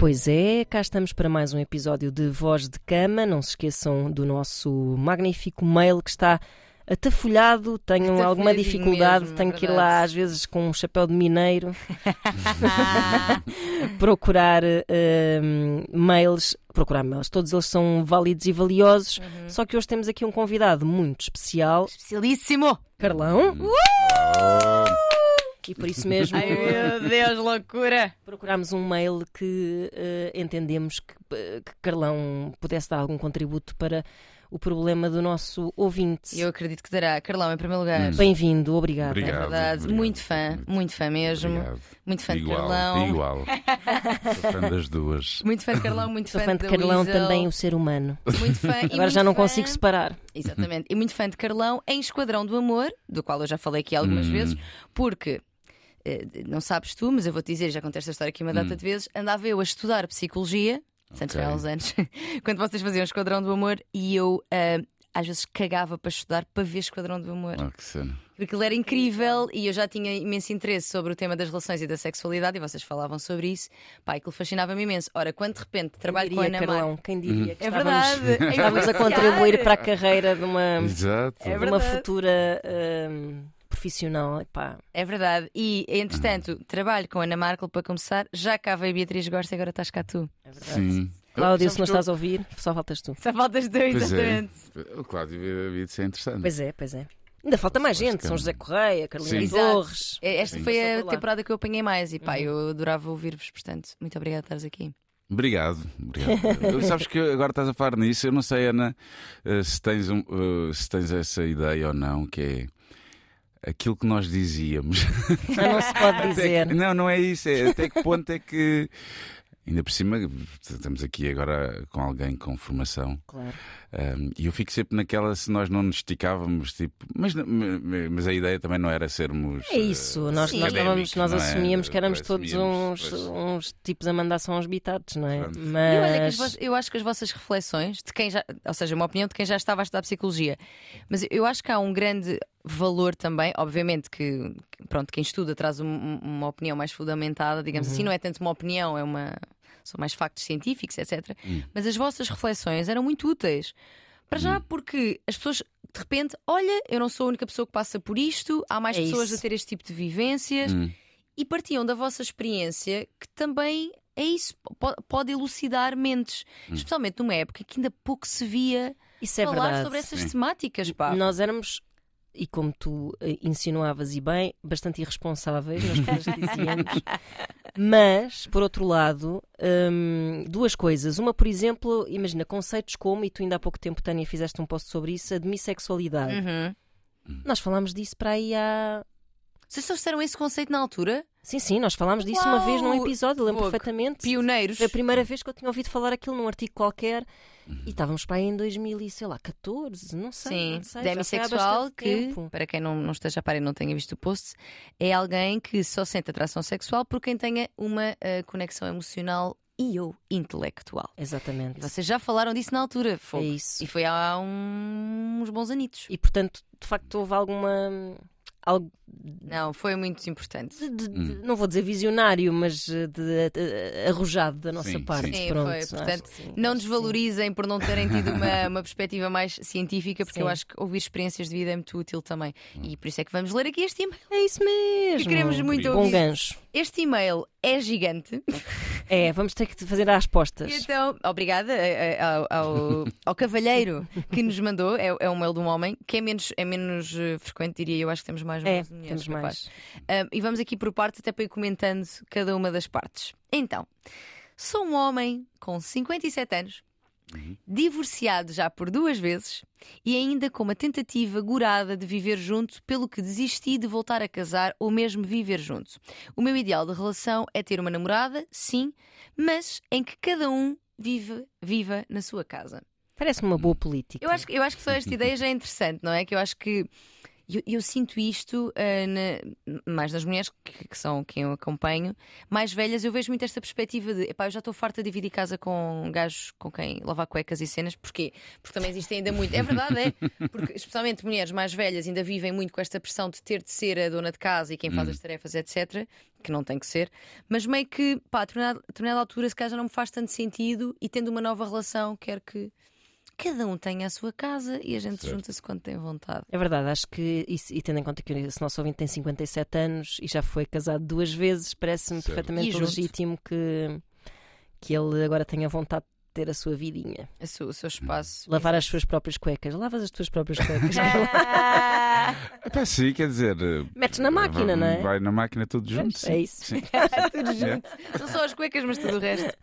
Pois é, cá estamos para mais um episódio de Voz de Cama. Não se esqueçam do nosso magnífico mail que está atafolhado. Tenho alguma dificuldade, mesmo, tenho que ir lá às vezes com um chapéu de mineiro procurar mails. Todos eles são válidos e valiosos. Só que hoje temos aqui um convidado muito especial. Especialíssimo! Carlão. E por isso mesmo Ai meu Deus, loucura! procurámos um mail que entendemos que Carlão pudesse dar algum contributo para o problema do nosso ouvinte. Eu acredito que dará. Carlão, em primeiro lugar. Bem-vindo, obrigada. Obrigado. É verdade, obrigado. muito fã mesmo. Obrigado. Muito fã de Igual, Carlão. igual. Sou fã das duas. Muito fã de Carlão, muito Sou fã fã de da Carlão Weasel. também, o ser humano. Muito fã. E Agora muito já não fã- consigo separar. Exatamente. E muito fã de Carlão em Esquadrão do Amor, do qual eu já falei aqui algumas vezes, porque, não sabes tu, mas eu vou-te dizer, já contei esta história aqui uma data de vezes, andava eu a estudar psicologia, antes foi há uns anos, quando vocês faziam Esquadrão do Amor, e eu às vezes cagava para estudar para ver Esquadrão do Amor. Oh, que cena. Porque aquilo era incrível e eu já tinha imenso interesse sobre o tema das relações e da sexualidade, e vocês falavam sobre isso. Pá, aquilo fascinava-me imenso. Ora, quando de repente trabalho com a Diria, Ana Mar... Carlão, quem diria que É estávamos, verdade, estávamos a contribuir para a carreira de uma, Exato. É de uma verdade. futura profissional. Epá. É verdade. E, entretanto, trabalho com a Ana Markel para começar. Já cá veio Beatriz Gosta e agora estás cá tu. É verdade. Sim. Cláudio, se Sabes não que estás a ouvir, só faltas tu. Só faltas tu, Pois exatamente. é. O Cláudio havia de ser interessante. Pois é. Ainda falta mais Acho gente. que São José Correia, Carolina Sim. Exato. Torres. Esta Sim. foi Passou a por lá. temporada que eu apanhei mais. E pá, eu adorava ouvir-vos, portanto, muito obrigada por estares aqui. Obrigado. Sabes que agora estás a falar nisso. Eu não sei, Ana, se tens essa ideia ou não, que é aquilo que nós dizíamos. Já não se pode dizer. Não é isso. É até que ponto é que. Ainda por cima, estamos aqui agora com alguém com formação. Claro. E eu fico sempre naquela, se nós não nos esticávamos, tipo, mas a ideia também não era sermos. É isso, nós académicos, nós não é? assumíamos que éramos todos Assumíamos, uns tipos a mandar são aos bitados, não é? Pronto. E olha que Mas eu acho que as vossas reflexões, de quem já, ou seja, uma opinião de quem já estava a estudar psicologia, mas eu acho que há um grande valor também, obviamente que pronto, quem estuda traz uma opinião mais fundamentada, digamos assim, não é tanto uma opinião, são mais factos científicos, etc. Mas as vossas reflexões eram muito úteis. Para já, porque as pessoas de repente, olha, eu não sou a única pessoa que passa por isto, há mais É pessoas isso. a ter este tipo de vivências. E partiam da vossa experiência, que também é isso, pode elucidar mentes, especialmente numa época que ainda pouco se via isso é falar verdade. sobre essas Sim. temáticas, pá. Nós éramos, e como tu insinuavas e bem, bastante irresponsáveis nas coisas que dizíamos. Mas, por outro lado, duas coisas. Uma, por exemplo, imagina, conceitos como, e tu ainda há pouco tempo, Tânia, fizeste um post sobre isso, a demissexualidade. Nós falámos disso para aí há... Vocês só disseram esse conceito na altura? Sim, nós falámos disso uma vez num episódio, lembro Fogo. perfeitamente. Pioneiros. Foi a primeira vez que eu tinha ouvido falar aquilo num artigo qualquer e estávamos para aí em 2014, não sei. Sim, não sei, já foi há demissexual, bastante que, tempo. para quem não esteja a par e não tenha visto o post, é alguém que só sente atração sexual por quem tenha uma conexão emocional e ou intelectual. Exatamente. E vocês já falaram disso na altura, fogo. É isso. E foi há uns bons anitos. E portanto, de facto, houve algo Não, foi muito importante. não vou dizer visionário, mas de arrojado da nossa Sim, parte. Sim, Pronto, foi. acho Portanto, que sim, não acho que desvalorizem por não terem tido uma perspectiva mais científica, porque Sim. eu acho que ouvir experiências de vida é muito útil também. E por isso é que vamos ler aqui este e-mail. sim. É isso mesmo. Que queremos muito Bom ouvir. gancho. Este e-mail é gigante. É, vamos ter que fazer às postas. Então, obrigada ao cavalheiro que nos mandou. É um mail de um homem que é menos frequente, diria eu. Acho que temos mais É, mulheres, temos mais. capaz. E vamos aqui por partes, até para ir comentando cada uma das partes. Então, sou um homem com 57 anos, divorciado já por 2 vezes e ainda com uma tentativa gorada de viver junto, pelo que desisti de voltar a casar ou mesmo viver junto. O meu ideal de relação é ter uma namorada, sim, mas em que cada um viva na sua casa. Parece-me uma boa política. Eu acho que só esta ideia já é interessante, não é? Que eu acho que eu sinto isto mais nas mulheres que são quem eu acompanho, mais velhas. Eu vejo muito esta perspectiva de epá, eu já estou farta de dividir casa com gajos com quem lavar cuecas e cenas. Porquê? Porque também existe ainda muito. É verdade, é. Porque especialmente mulheres mais velhas ainda vivem muito com esta pressão de ter de ser a dona de casa e quem faz as tarefas, etc. Que não tem que ser. Mas meio que, pá, a determinada altura, se calhar já não me faz tanto sentido e tendo uma nova relação, quero que cada um tenha a sua casa e a gente junta-se quando tem vontade. É verdade, acho que, e tendo em conta que esse nosso ouvinte tem 57 anos e já foi casado 2 vezes, parece-me perfeitamente legítimo que ele agora tenha vontade de ter a sua vidinha. O seu espaço. Lavar as suas próprias cuecas. Lavas as tuas próprias cuecas. Epá, sim, quer dizer. Metes na máquina, não é? Vai na máquina tudo junto. É isso. Sim. Tudo junto. São só as cuecas, mas tudo o resto.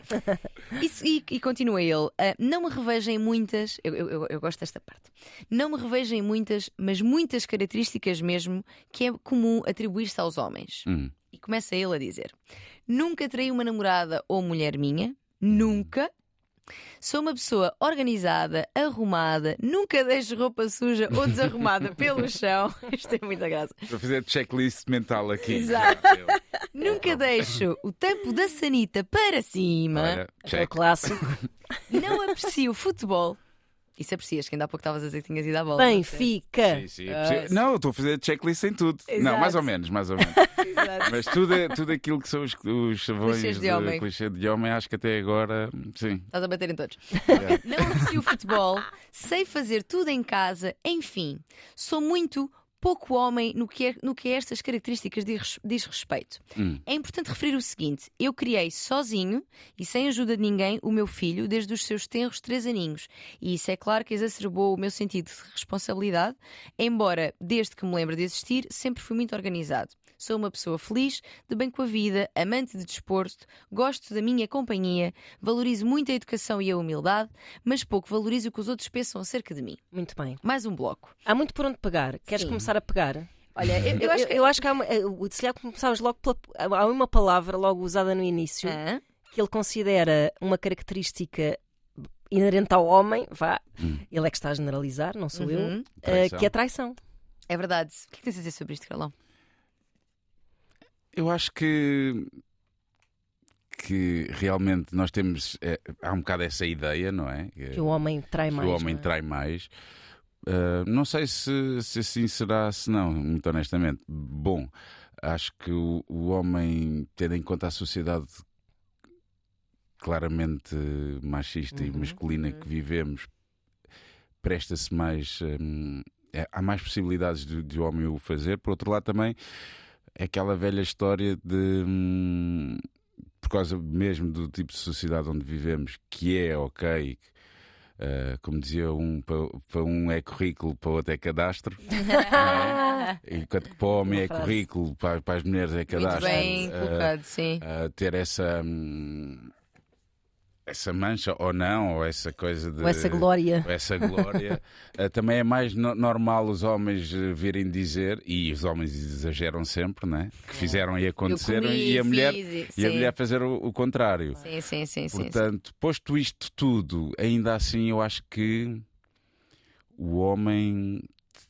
E continua ele. Não me revejo em muitas. Eu gosto desta parte. Não me revejo em muitas, mas muitas características mesmo que é comum atribuir-se aos homens. E começa ele a dizer: nunca traí uma namorada ou mulher minha. Nunca. Sou uma pessoa organizada, arrumada, nunca deixo roupa suja ou desarrumada pelo chão. Isto é muita graça. Vou fazer checklist mental aqui. Exato. Nunca deixo o tampo da sanita para cima. Olha, É o clássico. Não aprecio futebol. Isso aprecias, que ainda há pouco estavas a dizer que tinhas ido à bola. Benfica. Sim. Não, eu estou a fazer checklist em tudo. Exato. Não, mais ou menos. Exato. Mas tudo aquilo que são os chavões Clichês de homem. clichê de homem, acho que até agora, sim. Estás a bater em todos. Não aprecio futebol, sei fazer tudo em casa, enfim, sou muito pouco homem no que a estas características diz respeito. É importante referir o seguinte: eu criei sozinho e sem ajuda de ninguém o meu filho desde os seus tenros 3 aninhos. E isso é claro que exacerbou o meu sentido de responsabilidade, embora desde que me lembro de existir sempre fui muito organizado. Sou uma pessoa feliz, de bem com a vida, amante de desporto, gosto da minha companhia, valorizo muito a educação e a humildade, mas pouco valorizo o que os outros pensam acerca de mim. Muito bem. Mais um bloco. Há muito por onde pegar. Queres começar a pegar? Olha, eu acho que há se calhar começavas logo há uma palavra logo usada no início que ele considera uma característica inerente ao homem, ele é que está a generalizar, não sou eu, que é traição. É verdade. O que é que tens a dizer sobre isto, Carlão? Eu acho que realmente nós temos. Há um bocado essa ideia, não é? Que o homem trai mais. Que o homem trai mais. Não sei se assim será, se não, muito honestamente. Bom, acho que o homem, tendo em conta a sociedade claramente machista e masculina que vivemos, presta-se mais. Há mais possibilidades de o homem o fazer. Por outro lado, também. É aquela velha história de, por causa mesmo do tipo de sociedade onde vivemos, que é ok, como dizia para um é currículo, para o outro é cadastro, enquanto que para o homem é currículo, para as mulheres é cadastro. Muito bem colocado, sim. Ter essa mancha ou não, ou essa coisa de. Ou essa glória. Também é mais normal os homens virem dizer, e os homens exageram sempre, né? Que fizeram e aconteceram, e a mulher fazer o contrário. Sim. Portanto, posto isto tudo, ainda assim eu acho que o homem,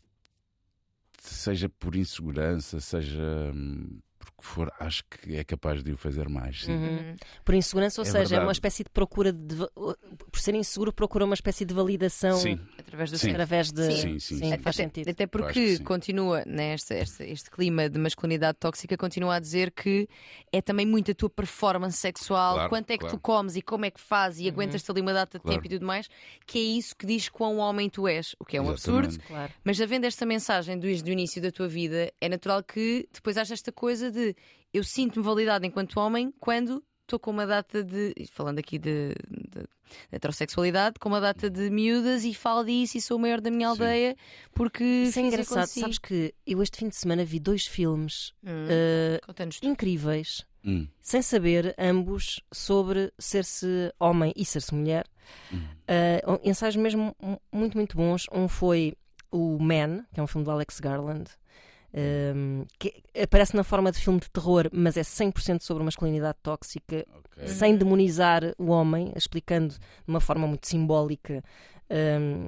seja por insegurança, seja porque for, acho que é capaz de o fazer mais. Sim. Por insegurança, ou seja, verdade. é uma espécie de procura por ser inseguro, procura uma espécie de validação. Sim. Através de. Sim. Faz sentido. Até porque continua, né, este clima de masculinidade tóxica continua a dizer que é também muito a tua performance sexual, quanto é que tu comes e como é que fazes e aguentas-te ali uma data de tempo e tudo mais, que é isso que diz quão homem tu és, o que é um absurdo. Claro. Mas havendo esta mensagem desde o início da tua vida, é natural que depois haja esta coisa de eu sinto-me validado enquanto homem quando estou com uma data de, falando aqui de heterossexualidade, com uma data de miúdas e falo disso e sou o maior da minha aldeia porque isso é engraçado. Sabes que eu este fim de semana vi 2 filmes incríveis, sem saber ambos sobre ser-se homem e ser-se mulher. Ensaios mesmo muito, muito bons. Um foi o Man, que é um filme do Alex Garland, que aparece na forma de filme de terror, mas é 100% sobre masculinidade tóxica, sem demonizar o homem, explicando de uma forma muito simbólica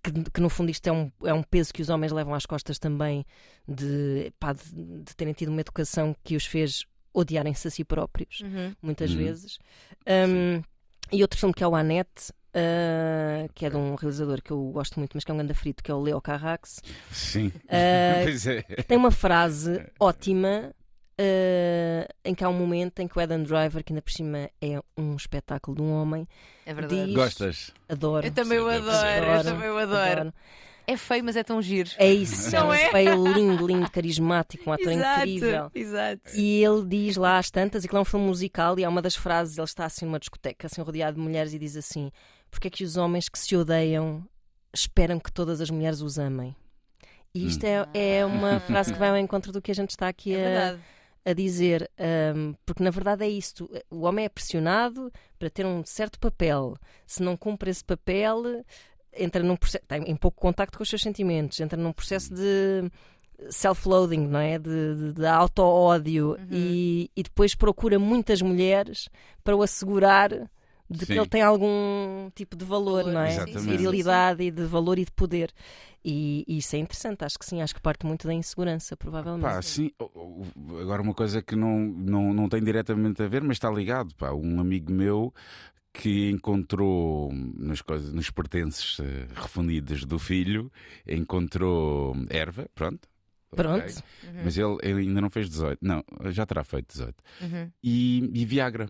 que no fundo isto é um peso que os homens levam às costas também de terem tido uma educação que os fez odiarem-se a si próprios, muitas vezes. E outro filme que é o Annette, que é de um realizador que eu gosto muito, mas que é um ganda frito, que é o Leo Carax. Sim. Pois é. Tem uma frase ótima em que há um momento em que o Adam Driver, que ainda por cima é um espetáculo de um homem, É verdade. diz... Gostas? Adoro. Eu também o adoro. É feio, mas é tão giro. É isso, Não é? feio, lindo, carismático, um ator incrível. Exato. E ele diz lá às tantas, e que é um filme musical, e há uma das frases, ele está assim numa discoteca, assim rodeado de mulheres, e diz assim: porque é que os homens que se odeiam esperam que todas as mulheres os amem? E isto é uma frase que vai ao encontro do que a gente está aqui a dizer, porque na verdade é isto: o homem é pressionado para ter um certo papel. Se não cumpre esse papel, entra num processo, tem em pouco contacto com os seus sentimentos, entra num processo de self-loathing, não é? De auto-ódio, e depois procura muitas mulheres para o assegurar de que ele tem algum tipo de valor, não é? Exatamente. De virilidade e de valor e de poder. E isso é interessante, acho que sim, acho que parte muito da insegurança, provavelmente. Pá, sim. Agora, uma coisa que não tem diretamente a ver, mas está ligado. Pá, um amigo meu que encontrou nos pertences refundidos do filho, encontrou erva, pronto. Okay. Mas ele ainda não fez 18. Não, já terá feito 18. E Viagra.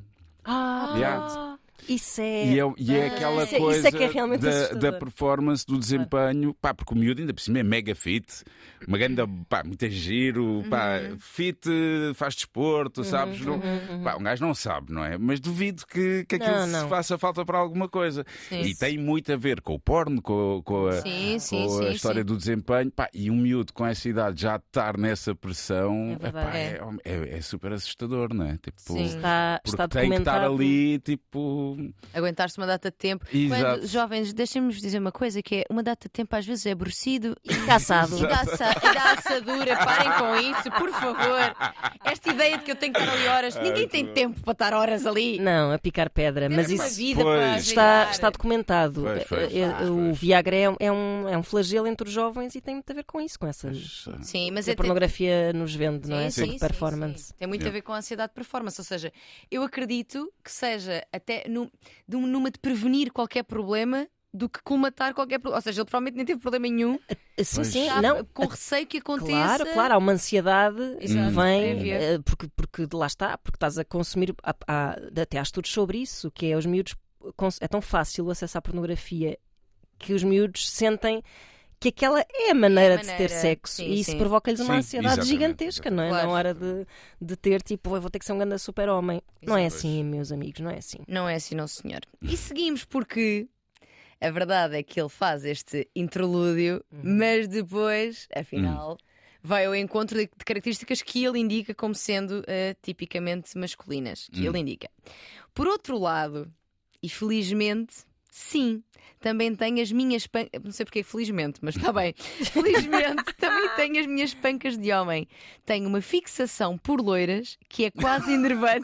Isso é... E é aquela coisa isso é que é realmente da performance, do desempenho, pá, porque o miúdo ainda por cima é mega fit, uma grande, pá, muito giro, pá, fit, faz desporto, sabes? Pá, um gajo não sabe, não é? Mas duvido que aquilo se faça falta para alguma coisa. E tem muito a ver com o porno, com a história do desempenho, pá, e um miúdo com essa idade já estar nessa pressão, é super assustador, não é? Tipo, está tem que estar ali, tipo... aguentar-se uma data de tempo. Quando, jovens, deixem-me dizer uma coisa, que é uma data de tempo às vezes é aborrecido e caçado. E dá assadura. Parem com isso, por favor. Esta ideia de que eu tenho que estar ali horas, ninguém tem tempo para estar horas ali. Não, a picar pedra, mas isso está documentado. O Viagra é um flagelo entre os jovens e tem muito a ver com isso, com essa a pornografia nos vende, não é? Sobre performance. Sim. Tem muito a ver com a ansiedade de performance, ou seja, eu acredito que seja até numa de prevenir qualquer problema do que colmatar qualquer problema. Ou seja, ele provavelmente nem teve problema nenhum. Sim, não, com receio que aconteça. Claro, há uma ansiedade que vem porque lá está, porque estás a consumir. Até há estudos sobre isso, que é os miúdos. É tão fácil o acesso à pornografia que os miúdos sentem que aquela é a maneira de ter sexo, e isso provoca-lhes uma ansiedade gigantesca, não é? Claro. Na hora de ter, tipo, eu vou ter que ser um grande super-homem. Não é assim, meus amigos, não é assim. Não é assim, não, senhor. E seguimos porque a verdade é que ele faz este interlúdio, mas depois, afinal, vai ao encontro de características que ele indica como sendo tipicamente masculinas. Que ele indica. Por outro lado, e felizmente, sim, também tenho as minhas pancas. Não sei porque, felizmente, mas está bem. Felizmente, também tenho as minhas pancas de homem. Tenho uma fixação por loiras que é quase enervante.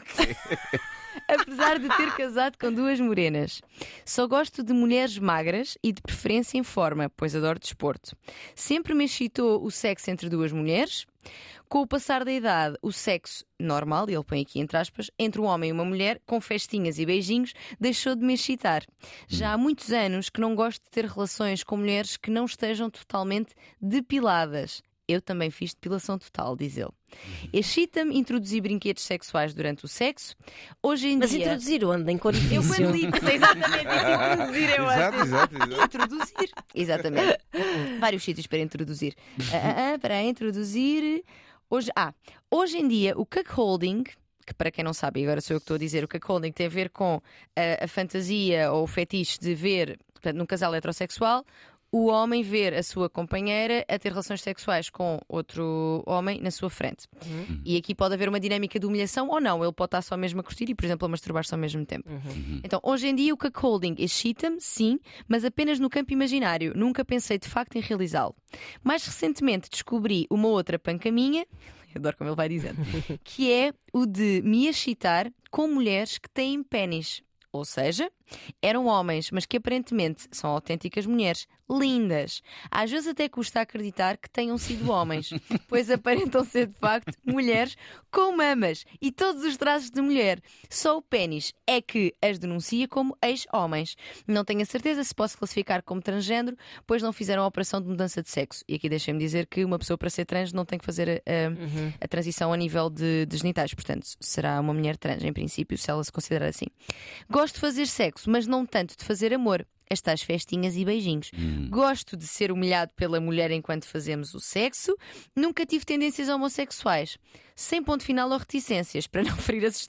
Apesar de ter casado com 2 morenas. Só gosto de mulheres magras e de preferência em forma, pois adoro desporto. Sempre me excitou o sexo entre 2 mulheres. Com o passar da idade, o sexo normal, e ele põe aqui entre aspas, entre um homem e uma mulher, com festinhas e beijinhos, deixou de me excitar. Já há muitos anos que não gosto de ter relações com mulheres que não estejam totalmente depiladas. Eu também fiz depilação total, diz ele. Excita-me introduzir brinquedos sexuais durante o sexo. Hoje em Mas dia... introduzir onde? Em orifício? Eu quando li, pensei exatamente isso, introduzir eu Exato. Introduzir. Exatamente. Vários sítios para introduzir. Para introduzir... Hoje em dia, o cuckolding, que para quem não sabe, agora sou eu que estou a dizer, o cuckolding tem a ver com a fantasia ou o fetiche de ver, portanto, num casal heterossexual, o homem ver a sua companheira a ter relações sexuais com outro homem na sua frente. E aqui pode haver uma dinâmica de humilhação ou não. Ele pode estar só mesmo a curtir e, por exemplo, a masturbar-se ao mesmo tempo. Então, hoje em dia, o cuckolding excita-me, sim, mas apenas no campo imaginário. Nunca pensei de facto em realizá-lo. Mais recentemente descobri uma outra pancaminha, adoro como ele vai dizendo, que é o de me excitar com mulheres que têm pénis. Ou seja, eram homens, mas que aparentemente são autênticas mulheres, lindas. Às vezes até custa acreditar que tenham sido homens, pois aparentam ser de facto mulheres com mamas e todos os traços de mulher. Só o pénis é que as denuncia como ex-homens. Não tenho a certeza se posso classificar como transgénero, pois não fizeram a operação de mudança de sexo. E aqui deixem-me dizer que uma pessoa para ser trans não tem que fazer a transição a nível de genitais. Portanto, será uma mulher trans, em princípio, se ela se considerar assim. Gosto de fazer sexo, mas não tanto de fazer amor. As tais festinhas e beijinhos. Gosto de ser humilhado pela mulher enquanto fazemos o sexo. Nunca tive tendências homossexuais. Sem ponto final ou reticências, para não ferir as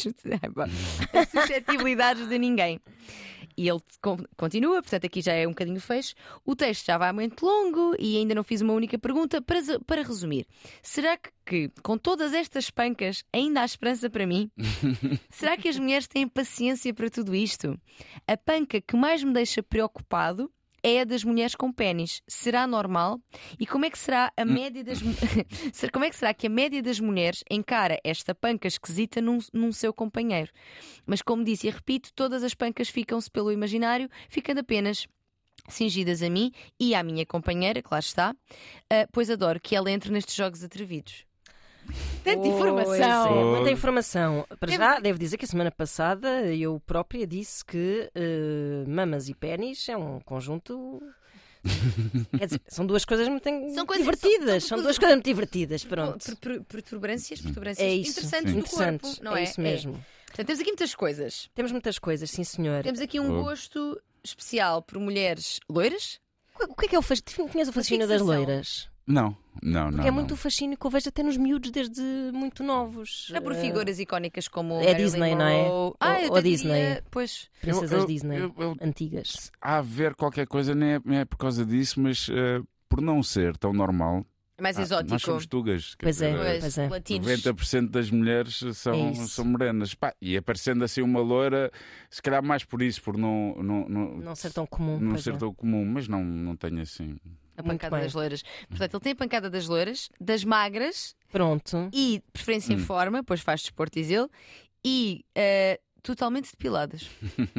suscetibilidades de ninguém. E ele continua, portanto aqui já é um bocadinho fecho. O texto já vai muito longo e ainda não fiz uma única pergunta. Para resumir, será que com todas estas pancas ainda há esperança para mim? Será que as mulheres têm paciência para tudo isto? A panca que mais me deixa preocupado é a das mulheres com pénis. Será normal? E como é que será a média das como é que será que a média das mulheres encara esta panca esquisita num seu companheiro? Mas como disse e repito, todas as pancas ficam-se pelo imaginário, ficando apenas cingidas a mim e à minha companheira, que lá está, pois adoro que ela entre nestes jogos atrevidos. Tanta informação! Muita informação. Para já, devo dizer que a semana passada eu própria disse que mamas e pénis é um conjunto. Quer dizer, são duas coisas muito divertidas. São duas coisas muito divertidas. Pronto. Protuberâncias é isso, interessantes do corpo, não é? É isso mesmo. Portanto, temos aqui muitas coisas. Temos muitas coisas, sim senhor. Temos aqui um gosto especial por mulheres loiras. O que é que é o fascínio? Tinhas o fascínio das loiras? Não. Porque é muito o fascínio que eu vejo até nos miúdos desde muito novos. É por figuras icónicas como é Disney, não é? Ou eu Disney. Diria, pois, princesas Disney antigas. Há a ver qualquer coisa, nem é por causa disso, mas por não ser tão normal. Mais exótico. Nós somos tugas. Pois é. 90% das mulheres são morenas. E aparecendo assim uma loira, se calhar mais por isso, por não ser tão comum. Não ser tão comum, mas não tenho assim. A pancada das loiras. Portanto, ele tem a pancada das loiras, das magras. Pronto. E preferência em forma, pois faz desporto, diz ele. E totalmente depiladas.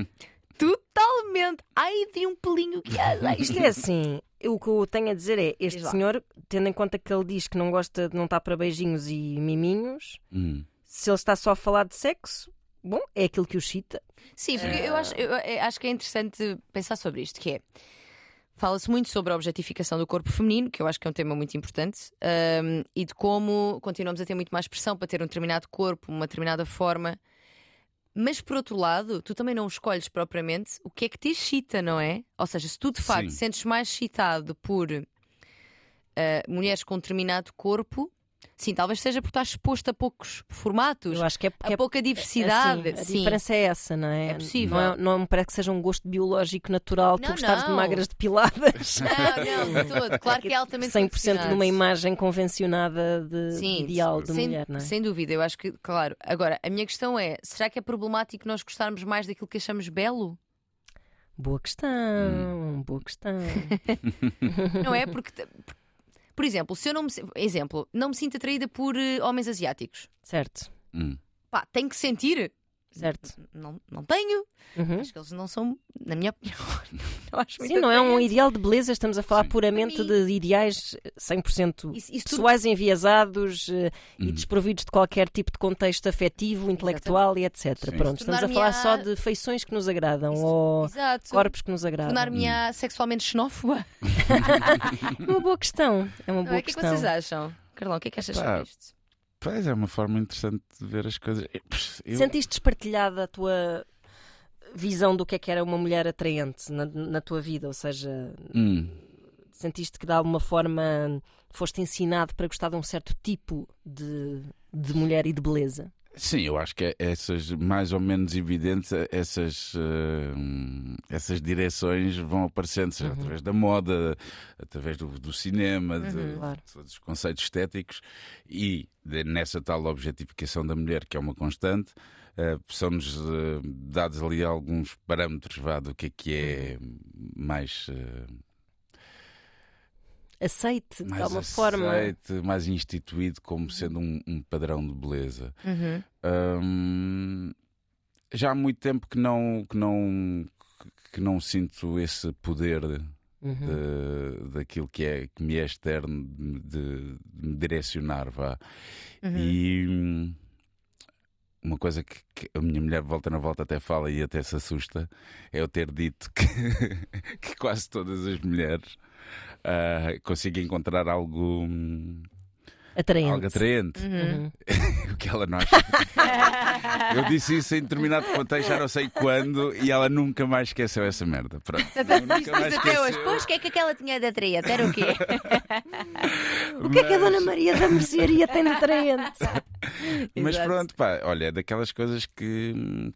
Totalmente. Ai, de um pelinho que há. Isto é assim. O que eu tenho a dizer é, este senhor, tendo em conta que ele diz que não gosta de não estar para beijinhos e miminhos, se ele está só a falar de sexo, bom, é aquilo que o excita. Sim, porque eu acho que é interessante pensar sobre isto, que é, fala-se muito sobre a objetificação do corpo feminino, que eu acho que é um tema muito importante, e de como continuamos a ter muito mais pressão para ter um determinado corpo, uma determinada forma. Mas por outro lado, tu também não escolhes propriamente o que é que te excita, não é? Ou seja, se tu de facto sentes mais excitado por mulheres com um determinado corpo, sim, talvez seja porque estás exposto a poucos formatos. Eu acho que a pouca diversidade. A diferença é essa, não é? É possível. Não me parece que seja um gosto biológico natural tu gostares de magras depiladas. Não, de todo. Claro que é altamente 100% de uma imagem convencionada ideal de mulher, não é? Sem dúvida, eu acho que, claro. Agora, a minha questão é, será que é problemático nós gostarmos mais daquilo que achamos belo? Boa questão, boa questão. Não é? Porque por exemplo, se eu não me sinto atraída por homens asiáticos. Certo. Pá, tenho que sentir. Certo. Não tenho. Acho que eles não são, na minha opinião, não acho muito. Sim, não é um ideal de beleza, estamos a falar puramente de ideais 100% pessoais, enviesados e desprovidos de qualquer tipo de contexto afetivo, intelectual e etc. Pronto, estamos a falar só de feições que nos agradam ou corpos que nos agradam. Tornar-me xexualmente xenófoba? É uma boa questão. É uma boa questão. O que é que vocês acham? Carlão, o que é que achas sobre isto? Pois é uma forma interessante de ver as coisas. Sentiste despartilhada a tua visão do que é que era uma mulher atraente na tua vida? Ou seja, sentiste que de alguma forma foste ensinado para gostar de um certo tipo de mulher e de beleza? Sim, eu acho que essas, mais ou menos evidentes, essas direções vão aparecendo, seja através da moda, através do cinema, dos conceitos estéticos e nessa tal objetificação da mulher, que é uma constante, são-nos dados ali alguns parâmetros do que é mais... aceite, de alguma forma. Mais instituído como sendo um padrão de beleza. já há muito tempo que não sinto esse poder daquilo que me é externo de me direcionar, vá. E uma coisa que a minha mulher volta na volta até fala e até se assusta é eu ter dito que quase todas as mulheres conseguem encontrar algo atraente. Algo atraente. O que ela não acha. Eu disse isso em determinado contexto, já não sei quando, e ela nunca mais esqueceu essa merda. Pronto. Nunca mais Até hoje. esqueceu. Pois, o que é que aquela tinha de atraente? Era o quê? O que é que a Dona Maria da Mercearia tem de atraente? Mas Exato. pronto, pá, olha, é daquelas coisas que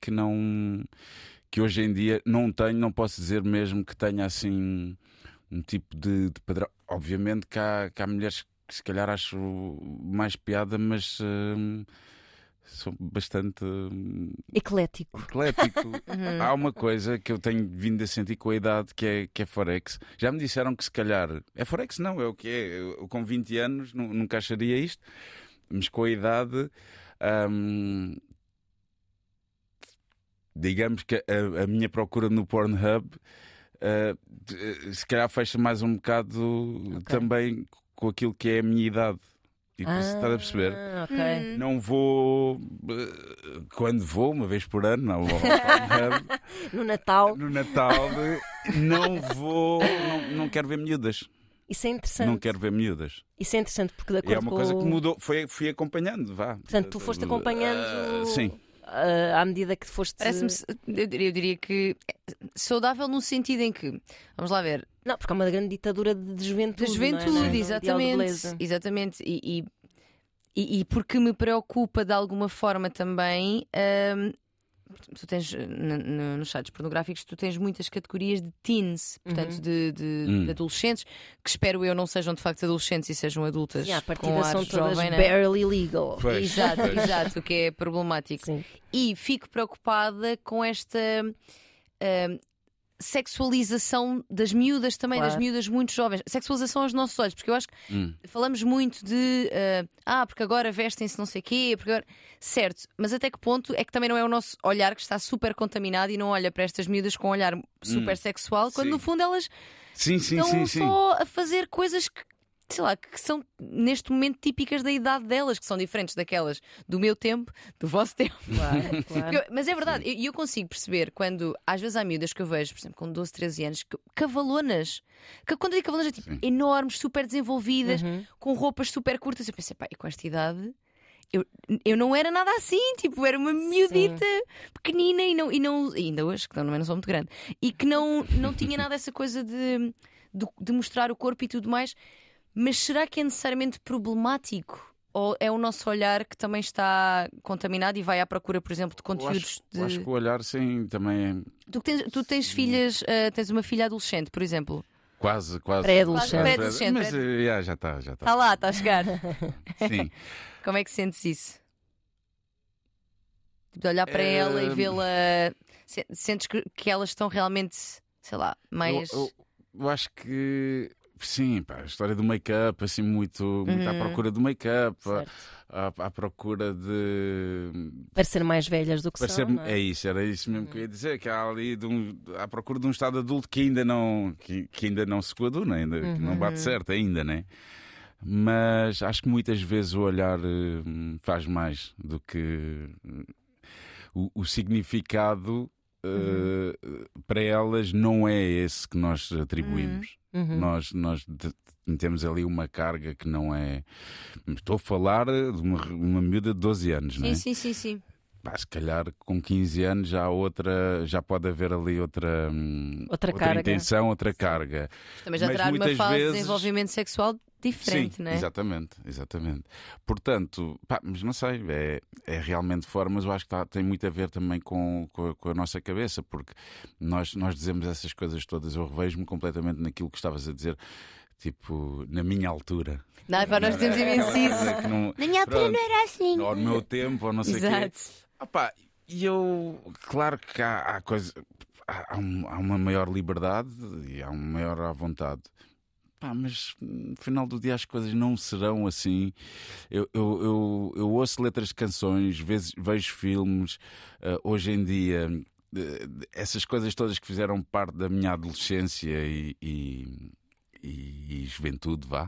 hoje em dia não tenho, não posso dizer mesmo que tenha assim um tipo de padrão. Obviamente que há mulheres que se calhar acho mais piada, mas sou bastante Eclético. eclético. Há uma coisa que eu tenho vindo a sentir com a idade que é forex. Já me disseram que se calhar é forex, não, é o que é. Eu com 20 anos nunca acharia isto, mas com a idade digamos que a minha procura no Pornhub se calhar fecha mais um bocado também com aquilo que é a minha idade. Tipo, estás a perceber? Ok. Não vou quando vou, uma vez por ano, ao Pornhub, No Natal. no Natal, não vou, não quero ver miúdas. Isso é interessante. Não quero ver miúdas. Isso é interessante porque de acordo É uma com coisa que mudou, fui acompanhando, vá. Portanto, tu foste acompanhando sim. à medida que te foste. Parece-me, eu diria que saudável no sentido em que, vamos lá ver, Não, porque há uma grande ditadura de juventude. de juventude, não é? exatamente. Exatamente. E porque me preocupa de alguma forma também. Tu tens nos sites pornográficos, tu tens muitas categorias de teens, portanto de adolescentes, que espero eu não sejam de facto adolescentes e sejam adultas. Sim, à com partida são ar todas jovem, né? barely legal. Pois. Exato, o que é problemático. Sim. E fico preocupada com esta sexualização das miúdas também, Claro. das miúdas muito jovens. Sexualização aos nossos olhos, porque eu acho que falamos muito de porque agora vestem-se não sei o quê, porque agora... Certo, mas até que ponto é que também não é o nosso olhar que está super contaminado e não olha para estas miúdas com um olhar super sexual, quando Sim. no fundo elas Sim. estão só a fazer coisas que, sei lá, que são neste momento típicas da idade delas, que são diferentes daquelas do meu tempo, do vosso tempo. Claro, claro. Mas é verdade, eu consigo perceber quando às vezes há miúdas que eu vejo, por exemplo, com 12, 13 anos, cavalonas, que quando eu digo cavalonas é tipo enormes, super desenvolvidas, com roupas super curtas. Eu pensei, pá, e com esta idade eu não era nada assim, tipo, era uma miudita pequenina e ainda hoje, que também não sou muito grande, e que não tinha nada essa coisa de mostrar o corpo e tudo mais. Mas será que é necessariamente problemático? Ou é o nosso olhar que também está contaminado e vai à procura, por exemplo, de conteúdos Eu acho que o olhar, sim, também é Tu tens filhas, tens uma filha adolescente, por exemplo. quase Pré-adolescente. Pré-adolescente. Mas já está. Está lá, está a chegar. Sim. Como é que sentes isso? De olhar para ela e vê-la. Sentes que elas estão realmente, sei lá, mais. Eu acho que sim, pá, a história do make-up, assim, muito à procura do make-up, à procura de Parecer mais velhas do que são. Não é? É isso, era isso mesmo que eu ia dizer, que há ali à procura de um estado adulto que ainda não se coaduna, ainda que não bate certo ainda, né? Mas acho que muitas vezes o olhar faz mais do que o significado para elas não é esse que nós atribuímos. Nós temos ali uma carga que não é. Estou a falar de uma miúda de 12 anos, não é? Sim. Pá, se calhar com 15 anos já pode haver ali outra carga. intenção, outra carga. Também já Mas terá uma muitas fase de vezes... desenvolvimento sexual diferente, sim, não é? Exatamente. Portanto, mas não sei, é realmente fora, mas eu acho que tem muito a ver também com a nossa cabeça, porque nós dizemos essas coisas todas, eu revejo-me completamente naquilo que estavas a dizer, tipo, na minha altura. Não, pá, nós temos imenso isso. Na minha altura não era assim. Ou no meu tempo, ou não sei o quê. Exato. E eu, claro que há coisa, há uma maior liberdade e há uma maior à vontade. mas no final do dia as coisas não serão assim. Eu ouço letras de canções, vejo filmes, hoje em dia, essas coisas todas que fizeram parte da minha adolescência e juventude, vá.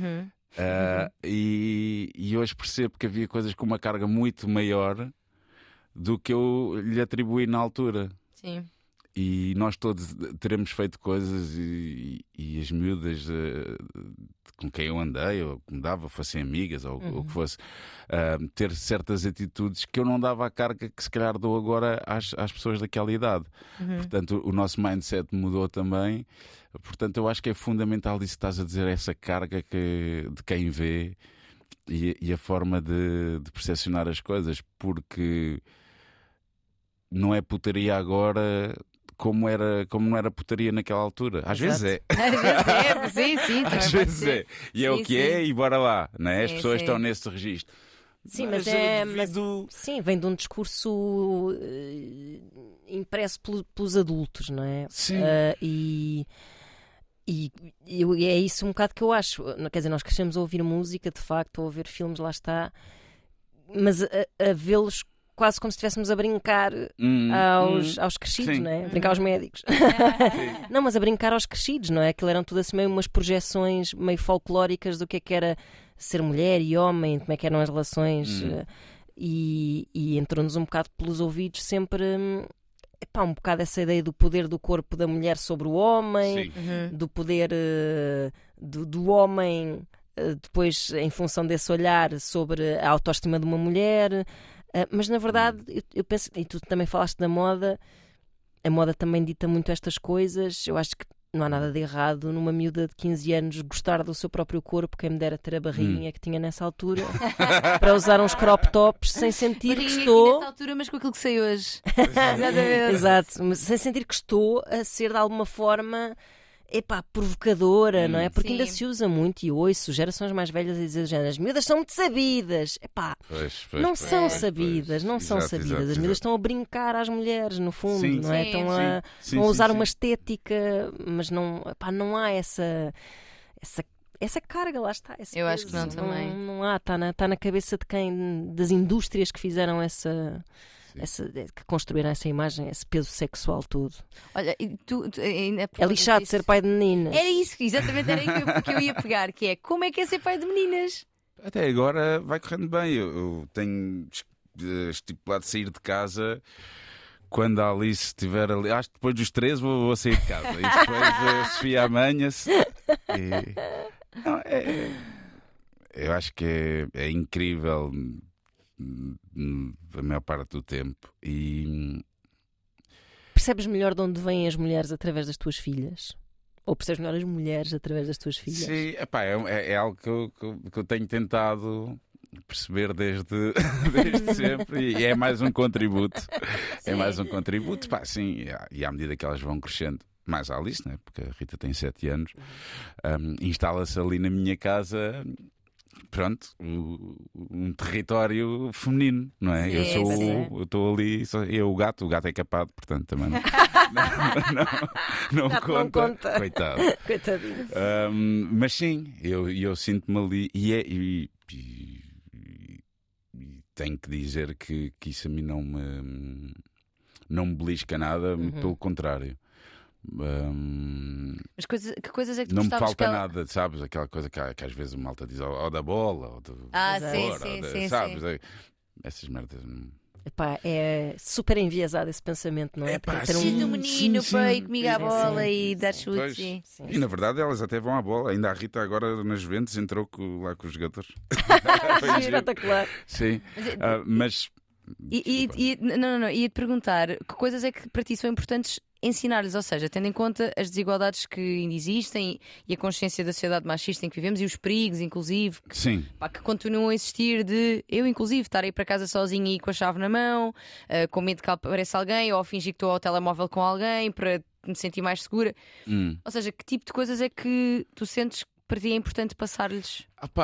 E hoje percebo que havia coisas com uma carga muito maior do que eu lhe atribuí na altura. Sim. E nós todos teremos feito coisas e as miúdas com quem eu andei ou que me dava, fossem amigas ou o que fosse, ter certas atitudes que eu não dava a carga que se calhar dou agora às pessoas daquela idade. Portanto, o nosso mindset mudou também. Portanto, eu acho que é fundamental isso que estás a dizer, essa carga de quem vê e a forma de percepcionar as coisas, porque não é putaria agora como não era putaria naquela altura. Às vezes é. Às vezes é, sim. Às vezes é. E é o que é, e bora lá. Não é? As Sim, pessoas sim. estão nesse registro. Sim, sim, vem de um discurso impresso pelos adultos, não é? Sim. E é isso um bocado que eu acho. Quer dizer, nós crescemos a ouvir música, de facto, a ouvir filmes, lá está, mas a vê-los quase como se estivéssemos a brincar aos crescidos, Sim. não é? A brincar aos médicos. Não, mas a brincar aos crescidos, não é? Aquilo eram tudo assim meio umas projeções meio folclóricas do que era ser mulher e homem, como é que eram as relações. E entrou-nos um bocado pelos ouvidos sempre um bocado essa ideia do poder do corpo da mulher sobre o homem, do poder do homem depois em função desse olhar sobre a autoestima de uma mulher. Mas na verdade eu penso, e tu também falaste da moda, a moda também dita muito estas coisas. Eu acho que não há nada de errado numa miúda de 15 anos gostar do seu próprio corpo, quem me dera ter a barriguinha que tinha nessa altura, para usar uns crop tops sem sentir que estou... nessa altura, mas com aquilo que sei hoje. Exato, mas sem sentir que estou a ser de alguma forma provocadora, não é? Porque Sim. ainda se usa muito, e ouço gerações mais velhas a dizer: as miúdas são muito sabidas. Não são sabidas. As miúdas estão a brincar às mulheres, no fundo, Sim, não é? sim, Estão a usar uma estética, mas não há essa carga, lá está. Eu acho que não também. Não há, está na cabeça de quem, das indústrias que fizeram que construíram essa imagem, esse peso sexual todo. Olha, e tu É lixado ser pai de meninas. Era isso, exatamente era aí que eu ia pegar, que é como é que é ser pai de meninas? Até agora vai correndo bem. Eu tenho estipulado sair de casa quando a Alice estiver ali. Acho que depois dos 13 vou sair de casa. E depois a Sofia amanha-se. Eu acho que é incrível a maior parte do tempo. E percebes melhor de onde vêm as mulheres através das tuas filhas? Ou percebes melhor as mulheres através das tuas filhas? sim, é algo que eu tenho tentado perceber desde sempre, e é mais um contributo. É mais um contributo, sim, e à medida que elas vão crescendo, mais a Alice, né? Porque a Rita tem 7 anos, instala-se ali na minha casa. Pronto, um território feminino, não é? Eu estou ali, o gato é capado, portanto também não conta. Coitado. Coitadinho. Mas sim, eu sinto-me ali e tenho que dizer que isso a mim não me belisca nada, pelo contrário. Mas que coisas é que tu não me gostavas falta nada, sabes? Aquela coisa que às vezes o malta diz, ou da bola, ou sim, sabes? Essas merdas. É super enviesado esse pensamento, não é? Sim, do menino para ir comigo à bola e dar chutes. Sim. E na verdade elas até vão à bola. Ainda a Rita agora nas Juventus entrou lá com os jogadores. Espetacular. Sim, mas... Ia-te perguntar que coisas é que para ti são importantes ensinar-lhes, ou seja, tendo em conta as desigualdades que ainda existem e a consciência da sociedade machista em que vivemos e os perigos, inclusive, que continuam a existir, de eu, inclusive, estar aí para casa sozinha e com a chave na mão, com medo que apareça alguém, ou fingir que estou ao telemóvel com alguém para me sentir mais segura. Ou seja, que tipo de coisas é que tu sentes que para ti é importante passar-lhes?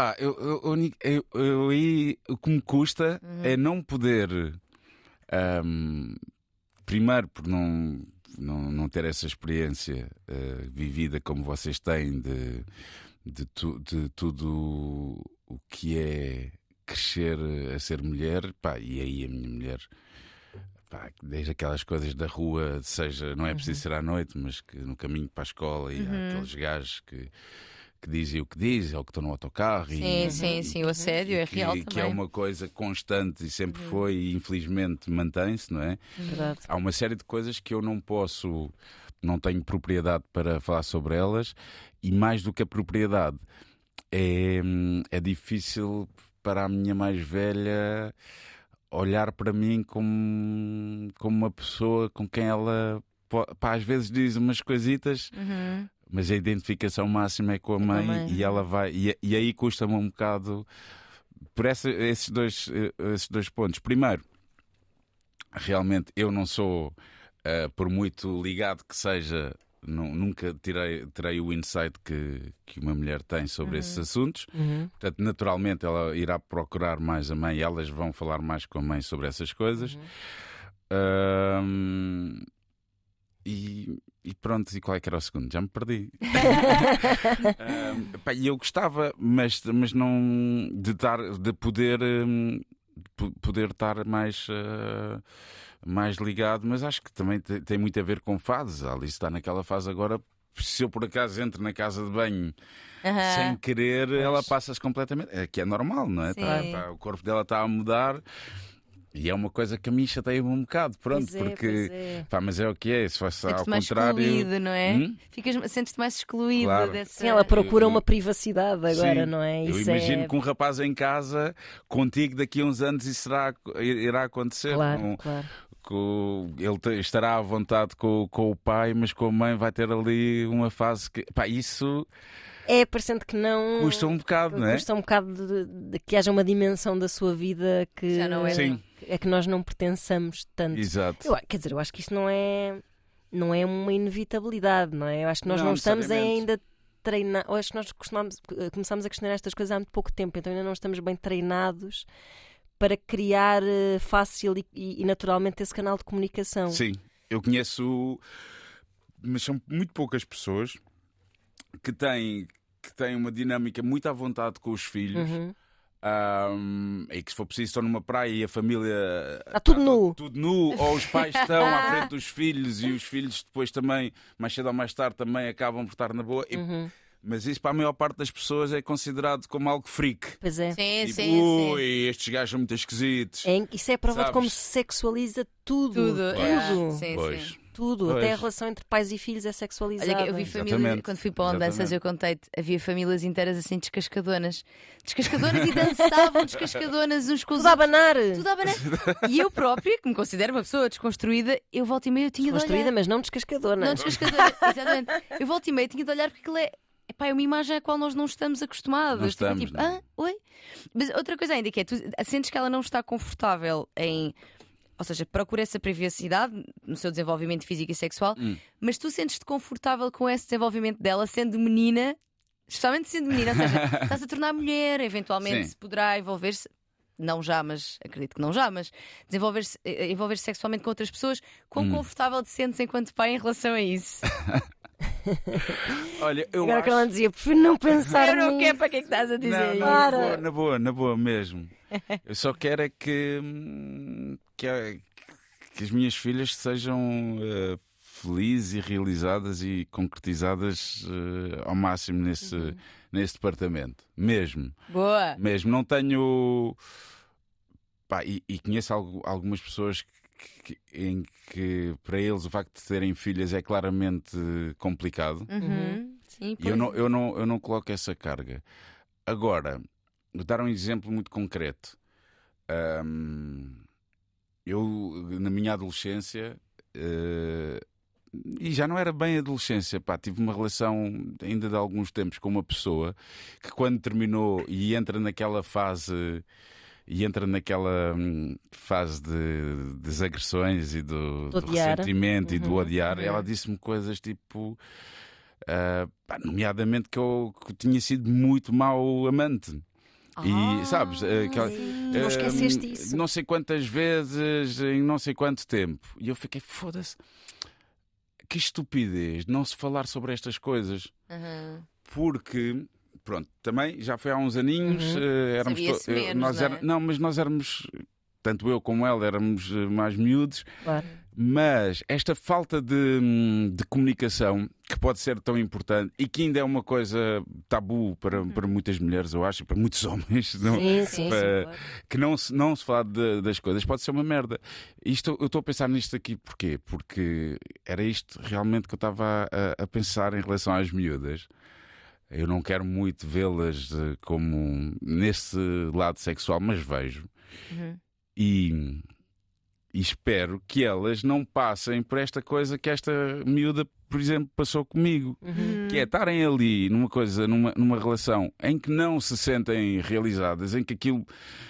O que me custa é não poder, primeiro por não não ter essa experiência vivida como vocês têm de tudo o que é crescer a ser mulher, pá, e aí a minha mulher, pá, desde aquelas coisas da rua, seja, não é preciso ser à noite, mas que no caminho para a escola e há aqueles gajos que dizem o que dizem, ou que estão no autocarro. Sim, o assédio é real também. Que é uma coisa constante e sempre foi, e infelizmente mantém-se, não é? Verdade. Há uma série de coisas que eu não tenho propriedade para falar sobre elas, e mais do que a propriedade, é difícil para a minha mais velha olhar para mim como uma pessoa com quem ela, pá, às vezes diz umas coisitas, mas a identificação máxima é com a mãe, e ela vai, e aí custa-me um bocado por esses dois pontos. Primeiro, realmente eu não sou, por muito ligado que seja, nunca terei o insight que uma mulher tem sobre esses assuntos. Portanto, naturalmente ela irá procurar mais a mãe, e elas vão falar mais com a mãe sobre essas coisas. E pronto, e qual é que era o segundo? Já me perdi. E eu gostava, mas não de poder estar mais ligado, mas acho que também tem muito a ver com fases. A Alice está naquela fase agora. Se eu por acaso entro na casa de banho sem querer, ela passa-se completamente. Que é normal, não é? O corpo dela está a mudar. E é uma coisa que a mim chateia-me um bocado, pronto, porque pá, mas é o que é, se fosse ao mais contrário. Excluído, não é? Sentes-te mais excluído, claro. dessa. Sim, ela procura uma privacidade agora, sim, não é? Eu imagino que um rapaz em casa, contigo daqui a uns anos, isso irá acontecer. Claro. Ele estará à vontade com o pai, mas com a mãe vai ter ali uma fase que. Pá, isso. Parecendo que não. Custa um bocado, não é? Custa um bocado de que haja uma dimensão da sua vida que. Já não é. Sim. É que nós não pertençamos tanto. Exato. Eu acho que isso não é uma inevitabilidade, não é? Eu acho que nós não estamos ainda treinados. Eu acho que nós começamos a questionar estas coisas há muito pouco tempo, então ainda não estamos bem treinados para criar fácil e naturalmente esse canal de comunicação. Sim, eu conheço, mas são muito poucas pessoas que têm uma dinâmica muito à vontade com os filhos. E que se for preciso estão numa praia e a família está tudo nu, ou os pais estão à frente dos filhos e os filhos depois também, mais cedo ou mais tarde, também acabam por estar na boa. Mas isso para a maior parte das pessoas é considerado como algo freak. Pois é. Sim. Estes gajos são muito esquisitos. Isso é provado como se sexualiza tudo. Pois. Tudo, até a relação entre pais e filhos é sexualizada. Olha, eu vi famílias, quando fui para o Andanças, eu contei-te, havia famílias inteiras assim descascadonas e dançavam descascadonas uns com os outros. Tudo a abanar. E eu própria, que me considero uma pessoa desconstruída, eu volta e meia eu tinha de olhar. Desconstruída, mas não descascadona. Não descascadona, exatamente. Eu volta e meia tinha de olhar porque aquilo é uma imagem à qual nós não estamos acostumados. Não estamos, tipo, não. Oi? Mas outra coisa ainda que é, tu sentes que ela não está confortável em. Ou seja, procura essa privacidade no seu desenvolvimento físico e sexual, mas tu sentes-te confortável com esse desenvolvimento dela, sendo menina, especialmente sendo menina, ou seja, estás a tornar mulher, eventualmente se poderá envolver-se, não já, mas acredito que não já, mas envolver-se sexualmente com outras pessoas. Quão confortável te sentes enquanto pai em relação a isso? Olha, eu agora acho... que ela dizia, prefiro não pensar eu não nisso. quero, para que é que estás a dizer isso? Na boa mesmo. Eu só quero é que as minhas filhas sejam felizes e realizadas e concretizadas ao máximo nesse departamento. Mesmo. Boa. Mesmo. Não tenho... Pá, e conheço algumas pessoas em que para eles o facto de terem filhas é claramente complicado. Sim, e eu não coloco essa carga. Agora, vou dar um exemplo muito concreto. Eu, na minha adolescência, e já não era bem adolescência, tive uma relação ainda de alguns tempos com uma pessoa que, quando terminou e entra naquela fase de desagressões e do ressentimento e do odiar, ela disse-me coisas tipo, nomeadamente que eu tinha sido muito mau amante. E sabes, não esqueceste isso. Não sei quantas vezes, em não sei quanto tempo. E eu fiquei, foda-se. que estupidez não se falar sobre estas coisas. Porque, pronto, também já foi há uns aninhos, éramos menos, não, mas nós éramos, tanto eu como ela, éramos mais miúdos. Claro. Mas esta falta de comunicação, que pode ser tão importante e que ainda é uma coisa tabu para muitas mulheres, eu acho, e para muitos homens, Sim, para, claro. que não se falar das coisas, pode ser uma merda. Eu estou a pensar nisto aqui porquê? Porque era isto realmente que eu estava a pensar em relação às miúdas. Eu não quero muito vê-las como nesse lado sexual, mas vejo. E espero que elas não passem por esta coisa que esta miúda, por exemplo, passou comigo. Que é estarem ali numa relação em que não se sentem realizadas, em que aquilo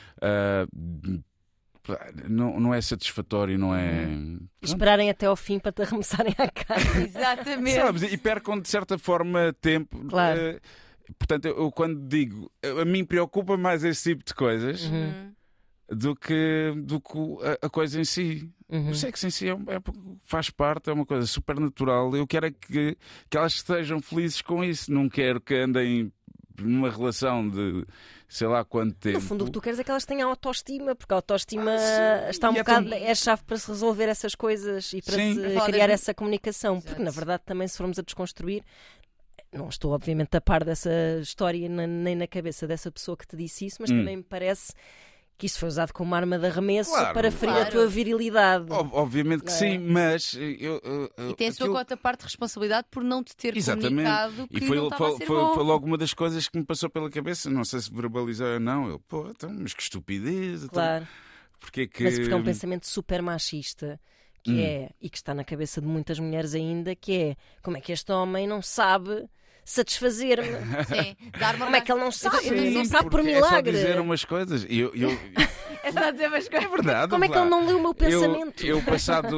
não é satisfatório, não é... Esperarem até ao fim para te arremessarem à cara. Exatamente. Sabes? E percam de certa forma tempo. Claro. Portanto, eu quando digo, a mim preocupa mais esse tipo de coisas do que a coisa em si. O sexo em si faz parte, é uma coisa super natural. Eu quero é que elas estejam felizes com isso. Não quero que andem numa relação de sei lá quanto tempo. No fundo, o que tu queres é que elas tenham autoestima, porque a autoestima está um E é bocado. tão- É a chave para se resolver essas coisas e para Sim. se Falar criar das- essa comunicação. Porque, na verdade, também se formos a desconstruir. Não estou, obviamente, a par dessa história nem na cabeça dessa pessoa que te disse isso, mas também me parece que isso foi usado como arma de arremesso Claro, para ferir a claro. tua virilidade. Obviamente que Não é? sim, mas E tem a sua aquilo- cota parte de responsabilidade por não te ter Exatamente. comunicado que E foi, não estava a ser foi bom. logo uma das coisas que me passou pela cabeça. Não sei se verbalizar ou não. Mas que estupidez. Então, Claro. porque é que... Mas porque é um pensamento super machista que é, e que está na cabeça de muitas mulheres ainda, que é como é que este homem não sabe satisfazer-me? Sim, dar uma Como é que ele não sabe? Sim, Não sabe por porque É só milagre. dizer umas coisas. É só dizer umas coisas. É verdade. Como é que ele não leu o meu pensamento? Eu passado...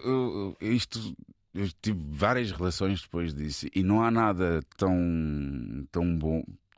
Eu tive várias relações depois disso e não há nada tão bom,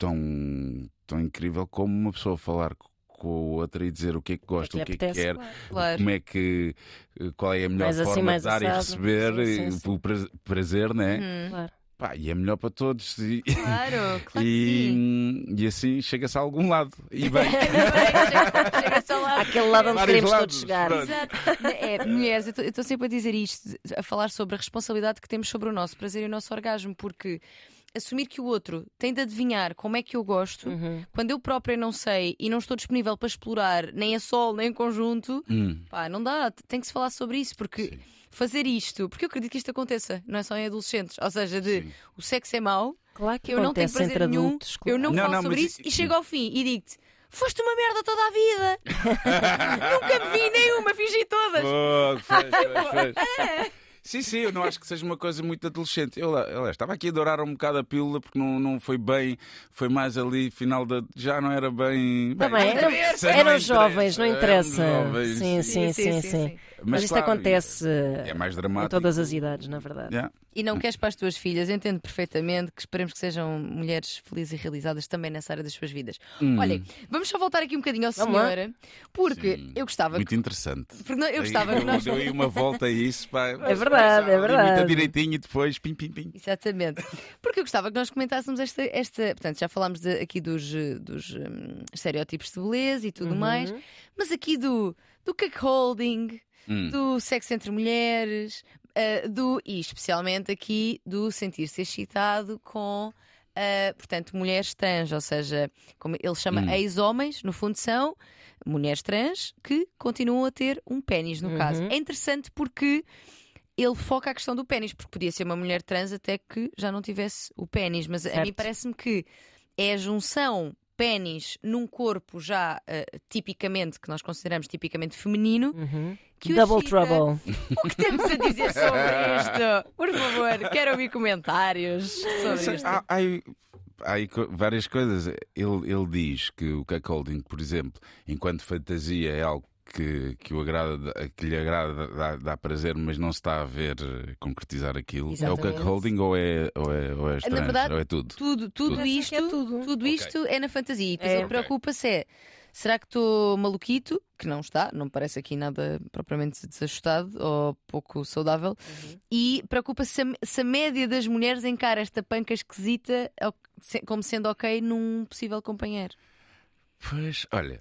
tão incrível como uma pessoa falar com a outra e dizer o que é que gosta, lhe o que é que apetece, quer, Claro. como é que, qual é a melhor Mais assim, forma mais de dar e assado. receber, Sim, sim, sim. o prazer, né? Claro. Pá, e é melhor para todos. Claro, claro que sim. E assim chega-se a algum lado. E bem, Chega-se ao lado. Aquele lado onde Vários queremos lados, todos chegar. pronto. Exato. Mulheres, eu estou sempre a dizer isto, a falar sobre a responsabilidade que temos sobre o nosso prazer e o nosso orgasmo, porque assumir que o outro tem de adivinhar como é que eu gosto, quando eu própria não sei e não estou disponível para explorar nem a solo nem em conjunto, pá, não dá, tem que se falar sobre isso, porque fazer isto, porque eu acredito que isto aconteça, não é só em adolescentes, ou seja, Sim. o sexo é mau, Claro que eu não tenho acontece prazer entre nenhum, adultos. eu não, Não, falo não, sobre mas isso e chego ao fim e digo-te: foste uma merda toda a vida. Nunca me vi nenhuma, fingi todas. Oh, fez. Sim, eu não acho que seja uma coisa muito adolescente. Eu estava aqui a dourar um bocado a pílula porque não foi bem, foi mais ali, final da. Já não era bem. Tá bem, não eram interessa, jovens, não éramos interessa. jovens. Sim. Mas isto claro, acontece é mais dramático. em todas as idades, na verdade. Yeah. E não queres para as tuas filhas, entendo perfeitamente que esperemos que sejam mulheres felizes e realizadas também nessa área das suas vidas. Olhem, vamos só voltar aqui um bocadinho ao Vamos lá. senhor, porque Sim. eu gostava Muito interessante. porque eu gostava que nós. Deu aí uma volta a isso. Pá, É verdade, é verdade. Muito direitinho e depois pim. Exatamente. Porque eu gostava que nós comentássemos esta. Portanto, já falámos aqui dos estereótipos de beleza e tudo mais, mas aqui do cuckolding, do sexo entre mulheres, e especialmente aqui do sentir-se excitado com. Portanto, mulheres trans, ou seja, como ele chama ex-homens, no fundo são mulheres trans que continuam a ter um pénis, no caso. É interessante porque ele foca a questão do pénis, porque podia ser uma mulher trans até que já não tivesse o pénis, mas a mim Certo. parece-me que é a junção pénis num corpo já tipicamente, que nós consideramos tipicamente feminino, que o Double excita. trouble. O que temos a dizer sobre isto? Por favor, quero ouvir comentários sobre isto. Há aí várias coisas. Ele diz que o cuckolding, por exemplo, enquanto fantasia é algo que lhe agrada, dá prazer, mas não se está a ver concretizar aquilo. Exatamente. É o cuckolding ou é estranho? verdade, ou é tudo? Tudo Tudo. isto, É tudo. tudo isto é na fantasia. E depois É. ele preocupa-se será que estou maluquito? Que não está, não me parece aqui nada propriamente desajustado ou pouco saudável. E preocupa-se se a média das mulheres encara esta panca esquisita como sendo ok num possível companheiro. Pois, olha,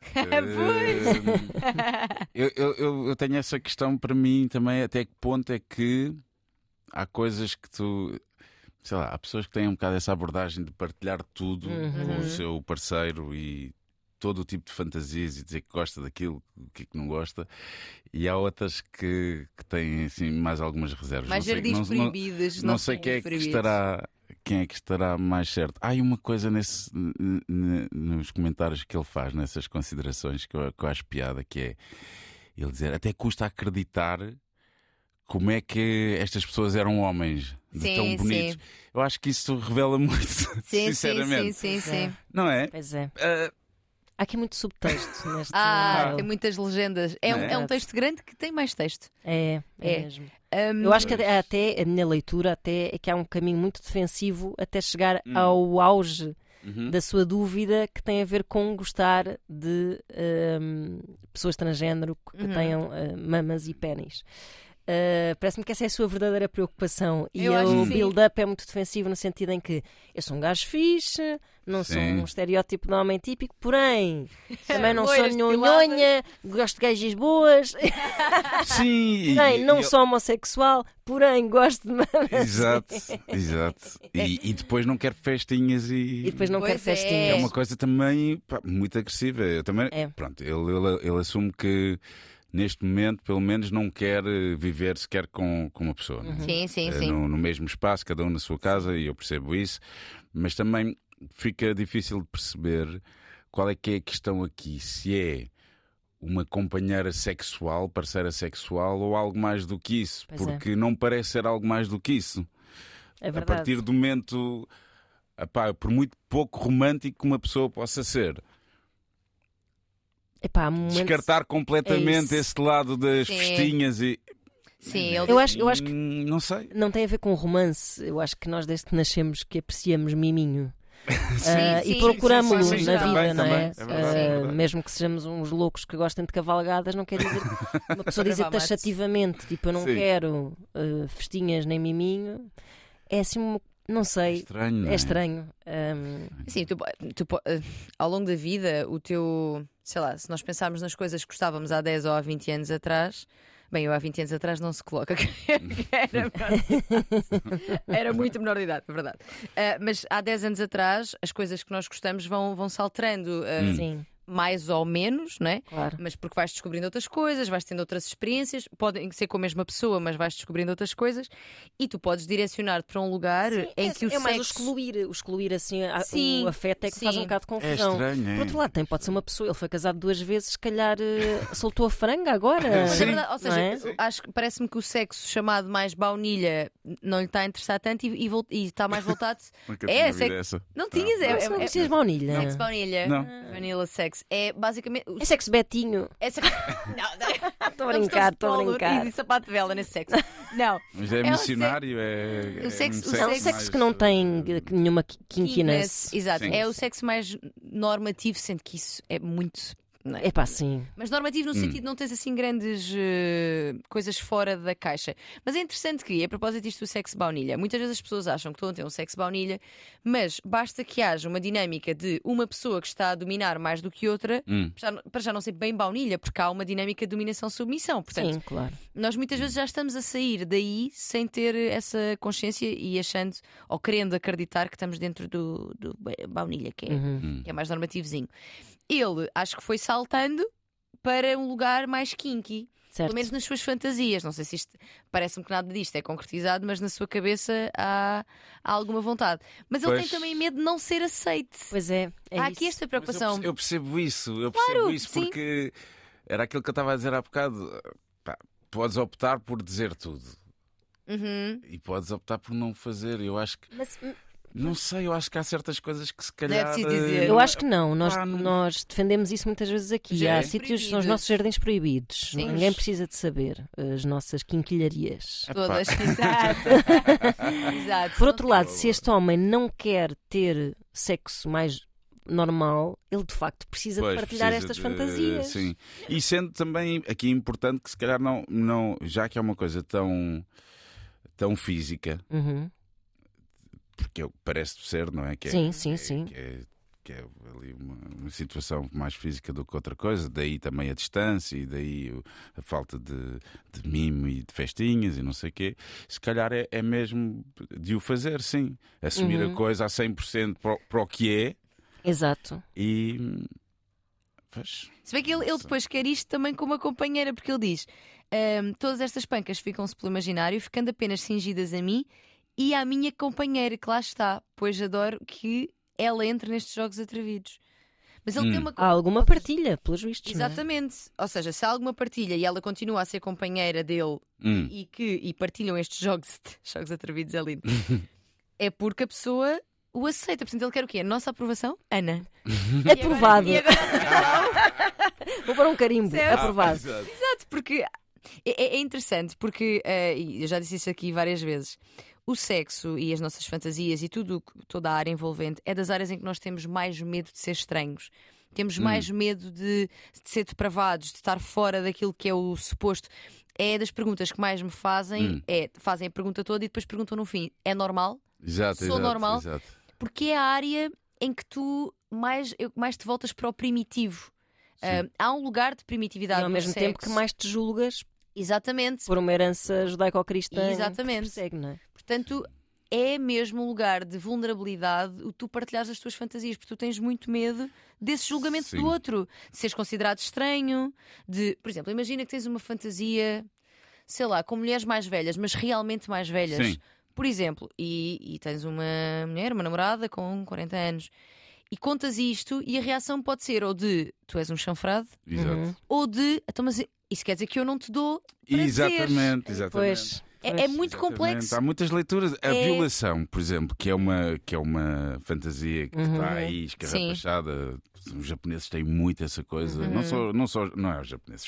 eu tenho essa questão para mim também, até que ponto é que há coisas que tu... Sei lá, há pessoas que têm um bocado essa abordagem de partilhar tudo com o seu parceiro e todo o tipo de fantasias e dizer que gosta daquilo, o que não gosta, e há outras que têm assim, mais algumas reservas. Mais jardins proibidos. Não sei quem é que estará mais certo. Há uma coisa nos comentários que ele faz, nessas considerações, que eu acho piada, que é ele dizer, até custa acreditar como é que estas pessoas eram homens tão bonitos. Sim. Eu acho que isso revela muito, sinceramente. Sim. Não é? Pois é. Há aqui muito subtexto neste. Tem muitas legendas. É um texto grande que tem mais texto. É mesmo. Eu acho que até a minha leitura é que há um caminho muito defensivo até chegar ao auge da sua dúvida, que tem a ver com gostar de pessoas transgénero que tenham mamas e pénis. Parece-me que essa é a sua verdadeira preocupação. E o build-up é muito defensivo no sentido em que eu sou um gajo fixe, não sou um estereótipo de homem típico, porém também não sou nhonhonha, gosto de gajas boas. Sim, porém não sou homossexual, porém gosto de mamas. Exato. E depois não quero festinhas e depois não quero festinhas. É uma coisa também muito agressiva. Eu também, pronto, ele assume que neste momento, pelo menos, não quer viver sequer com uma pessoa. Sim. No mesmo espaço, cada um na sua casa, e eu percebo isso. Mas também fica difícil de perceber qual é que é a questão aqui. Se é uma companheira sexual, parceira sexual, ou algo mais do que isso. Porque não parece ser algo mais do que isso. É verdade. A partir do momento, por muito pouco romântico que uma pessoa possa ser, descartar completamente esse lado das festinhas e... Sim, eu acho que não sei. Não tem a ver com romance. Eu acho que nós desde que nascemos que apreciamos miminho. E procuramos-lo na vida, também, não é? É verdade. Mesmo que sejamos uns loucos que gostem de cavalgadas, não quer dizer uma pessoa dizer taxativamente, tipo, eu não quero festinhas nem miminho. É assim, não sei. Estranho, não é? É estranho. Sim, ao longo da vida, o teu... Sei lá, se nós pensarmos nas coisas que gostávamos há 10 ou há 20 anos atrás... Bem, eu há 20 anos atrás não se coloca. Era muito menor de idade, é verdade. Mas há 10 anos atrás, as coisas que nós gostamos vão se alterando. Sim. Mais ou menos, não é? Claro. Mas porque vais descobrindo outras coisas, vais tendo outras experiências, podem ser com a mesma pessoa, mas vais descobrindo outras coisas e tu podes direcionar-te para um lugar em que o sexo... mais o excluir assim, o afeto é que faz um bocado de confusão. É estranho, Por outro lado, pode ser uma pessoa, ele foi casado 2 vezes, se calhar soltou a franga agora. Sim. Verdade, ou seja, acho que parece-me que o sexo chamado mais baunilha não lhe está a interessar tanto e está mais voltado. Não tinhas, é baunilha. Sexo baunilha. Não. Vanilla sex. É basicamente. É sexo betinho. Não, estou a brincar. E sapato de vela nesse sexo. Não. Mas é missionário, o sexo sexo que não tem nenhuma kinkiness. Exato. Sim. É o sexo mais normativo, sendo que isso é muito. Não é? É pá, sim. Mas normativo no sentido de não tens assim grandes coisas fora da caixa. Mas é interessante que, a propósito disto do sexo baunilha, muitas vezes as pessoas acham que estão a ter um sexo baunilha, mas basta que haja uma dinâmica de uma pessoa que está a dominar mais do que outra, para já não ser bem baunilha, porque há uma dinâmica de dominação-submissão. Portanto, sim, claro. Nós muitas vezes já estamos a sair daí sem ter essa consciência e achando, ou querendo acreditar que estamos dentro do baunilha, que é mais normativozinho. Ele, acho que foi saltando para um lugar mais kinky. Certo. Pelo menos nas suas fantasias. Não sei se isto, parece-me que nada disto é concretizado, mas na sua cabeça há alguma vontade. Mas ele tem também medo de não ser aceite. Pois é. Há aqui esta preocupação. Eu percebo isso. Sim. Porque era aquilo que eu estava a dizer há bocado. Podes optar por dizer tudo. E podes optar por não fazer. Eu acho que... Não sei, eu acho que há certas coisas que se calhar... Não é preciso dizer. Eu acho que não. Nós defendemos isso muitas vezes aqui. Há sítios, são os nossos jardins proibidos. Sim. Ninguém precisa de saber as nossas quinquilharias. Todas, exato. Por outro lado, se este homem não quer ter sexo mais normal, ele de facto precisa de partilhar estas fantasias. Sim. E sendo também aqui importante que se calhar não já que é uma coisa tão física, porque parece ser, não é? Sim. Que é ali uma situação mais física do que outra coisa, daí também a distância e daí a falta de mimo e de festinhas e não sei o quê. Se calhar é mesmo de o fazer, sim. Assumir a coisa a 100% para o que é. Exato. E... Pois, se bem que ele depois quer isto também com uma companheira, porque ele diz: todas estas pancas ficam-se pelo imaginário, ficando apenas cingidas a mim e à minha companheira, que lá está, pois adoro que ela entra nestes jogos atrevidos. Mas ele tem uma... Há alguma partilha, pelos vistos. Exatamente. Não é? Ou seja, se há alguma partilha e ela continua a ser companheira dele e partilham estes jogos atrevidos, é lindo, é porque a pessoa o aceita. Portanto, ele quer o quê? A nossa aprovação? Ana. Aprovado. Agora... Vou pôr um carimbo. Aprovado. Exato, porque é interessante, porque eu já disse isso aqui várias vezes. O sexo e as nossas fantasias e toda a área envolvente é das áreas em que nós temos mais medo de ser estranhos. Temos mais medo de ser depravados, de estar fora daquilo que é o suposto. É das perguntas que mais me fazem, fazem a pergunta toda e depois perguntam no fim: é normal? Sou normal? Exato. Porque é a área em que tu mais te voltas para o primitivo. Há um lugar de primitividade e ao mesmo tempo que mais te julgas. Exatamente. Por uma herança judaico-cristã. Exatamente. Que persegue, não é? Portanto, é mesmo um lugar de vulnerabilidade o tu partilhares as tuas fantasias, porque tu tens muito medo desse julgamento do outro, de seres considerado estranho, por exemplo, imagina que tens uma fantasia, sei lá, com mulheres mais velhas, mas realmente mais velhas. Sim. Por exemplo, e tens uma mulher, uma namorada com 40 anos. E contas isto e a reação pode ser ou de tu és um chanfrado, ou de então, mas isso quer dizer que eu não te dou prazeres. Exatamente. Pois. É muito complexo. Há muitas leituras. A violação, por exemplo, que é uma fantasia que está aí escarrapachada. Os japoneses têm muito essa coisa. Não é os japoneses.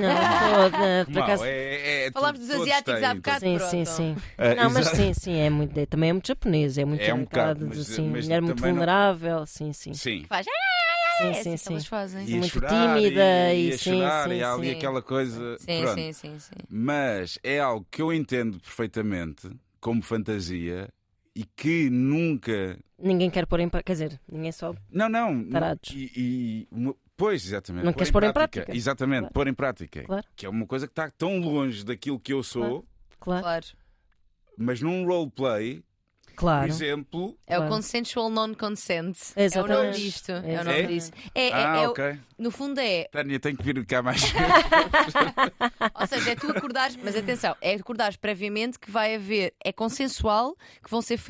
Não, por acaso. Falámos dos asiáticos há bocado. Sim. Não, mas sim, também é muito japonês. É muito um bocado, mulher muito vulnerável. Sim. Faz. Sim. Elas fazem. E a muito chorar, tímida e a chorar, sim, e há ali aquela coisa. Sim. Mas é algo que eu entendo perfeitamente como fantasia e que nunca. Ninguém quer pôr em prática. Quer dizer, ninguém só. Não. Tarados. Pois, exatamente. Não queres pôr em prática. Exatamente, claro. Pôr em prática. Claro. Que é uma coisa que está tão longe daquilo que eu sou. Claro. Mas num roleplay. Claro. Por exemplo. É o consensual non-consent. Exatamente. É o nome disto. É o nome disso. Ok. No fundo é. Tânia, tenho que vir cá mais. Ou seja, é tu acordares, mas atenção, é acordares previamente que vai haver, é consensual que vão ser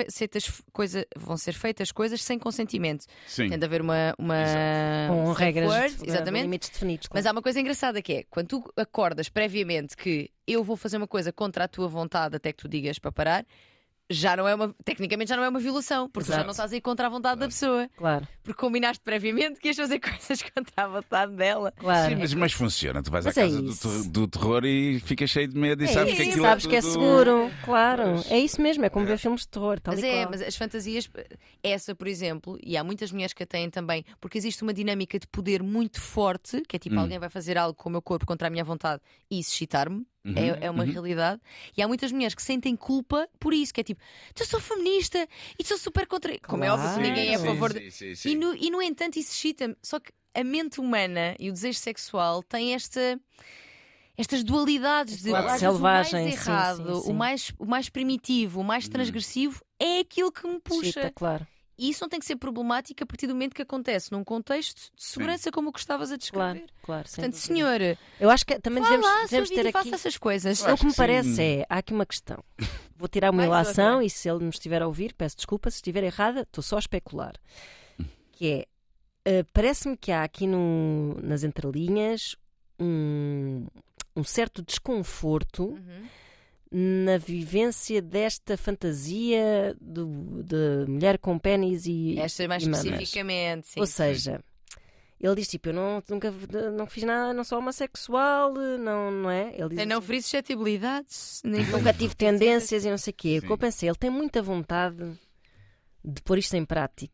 feitas coisas sem consentimento. Sim. Tem de haver uma com regras, exatamente. limites definidos. Claro. Mas há uma coisa engraçada que é quando tu acordas previamente que eu vou fazer uma coisa contra a tua vontade até que tu digas para parar. Tecnicamente já não é uma violação, porque tu já não estás a ir contra a vontade da pessoa. Claro. Porque combinaste previamente que ias fazer coisas contra a vontade dela. Claro. Sim, mas funciona. Tu vais à casa do terror e ficas cheio de medo e sabes que aquilo sabes é que é tudo... seguro. Claro. É isso mesmo, é como ver filmes de terror. Mas as fantasias, essa, por exemplo, e há muitas mulheres que a têm também, porque existe uma dinâmica de poder muito forte, que é tipo alguém vai fazer algo com o meu corpo contra a minha vontade e isso excitar-me. É uma realidade. E há muitas mulheres que sentem culpa por isso, que é tipo, eu sou feminista e sou super contra. Como é óbvio que ninguém é a favor de. Sim. E no entanto, isso excita-me. Só que a mente humana e o desejo sexual têm estas dualidades de selvagem, o mais errado, sim. o mais primitivo, o mais transgressivo é aquilo que me puxa. Excita, claro. E isso não tem que ser problemático a partir do momento que acontece num contexto de segurança como o que estavas a descrever. Claro. Portanto, senhor, eu acho que também devemos ter aqui. Faça essas coisas. O que me parece há aqui uma questão. Vou tirar uma ilação e se ele nos estiver a ouvir, peço desculpa. Se estiver errada, estou só a especular. Que é, parece-me que há aqui nas entrelinhas um certo desconforto. Na vivência desta fantasia de mulher com pênis e esta mais especificamente, sim. Ou seja, ele diz tipo, eu nunca não fiz nada, não sou homossexual, não é? Ele diz, eu não ofereço suscetibilidades, nunca tive tendências e não sei o quê. O que eu pensei, ele tem muita vontade de pôr isto em prática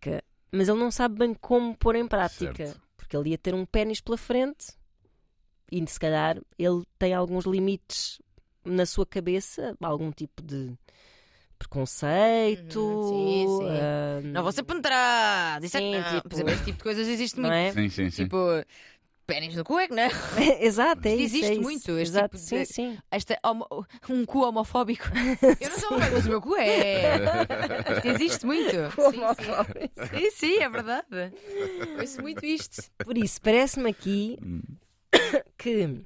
mas ele não sabe bem como pôr em prática. Certo. Porque ele ia ter um pénis pela frente e se calhar ele tem alguns limites na sua cabeça, algum tipo de preconceito. Sim, sim. Não vou ser penetrado. Isso Sim, é que não. tipo- Por exemplo, este tipo de coisas existe não muito. é? Sim. Tipo, pênis no cu, é que não é? Exato, é Isto isso. existe é isso. muito, este Exato, tipo de- sim. Um cu homofóbico. Eu não sou homem, mas o meu cu é. Isto existe muito. Sim, é verdade. Ouço muito isto. Por isso, parece-me aqui que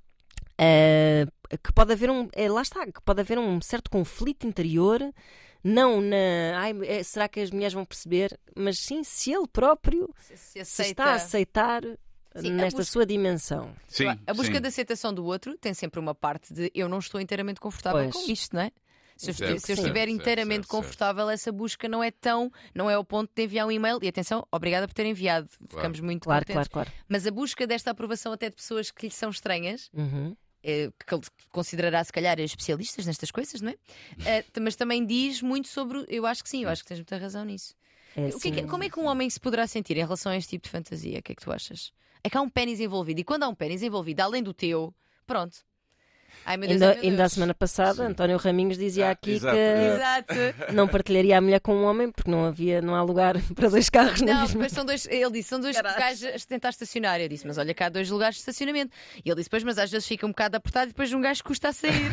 pode haver lá está, que pode haver um certo conflito interior, não na será que as mulheres vão perceber, mas sim se ele próprio Se se está a aceitar Sim, nesta sua dimensão. Sim, a busca sim. da aceitação do outro tem sempre uma parte de eu não estou inteiramente confortável Pois. com isto, não é? Se eu Certo, estiver certo, inteiramente certo. confortável, essa busca não é ao ponto de enviar um e-mail. E atenção, obrigada por ter enviado. Ficamos muito Claro, contentes. claro. Mas a busca desta aprovação até de pessoas que lhe são estranhas, Uhum. que ele considerará se calhar especialistas nestas coisas, não é? Mas também diz muito sobre. Eu acho que sim, eu acho que tens muita razão nisso. Como é que um homem se poderá sentir em relação a este tipo de fantasia? O que é que tu achas? É que há um pénis envolvido, e quando há um pénis envolvido, além do teu, pronto. Ai, meu Deus, ai, meu Ainda a Deus. semana passada, António Raminhos dizia aqui exato, que Exato. não partilharia a mulher com um homem porque não há lugar para dois carros na Não, mesma. depois são dois. Ele disse: são dois gajos a tentar estacionar. Eu disse: mas olha, cá há 2 lugares de estacionamento. E ele disse: pois, mas às vezes fica um bocado apertado e depois um gajo custa a sair.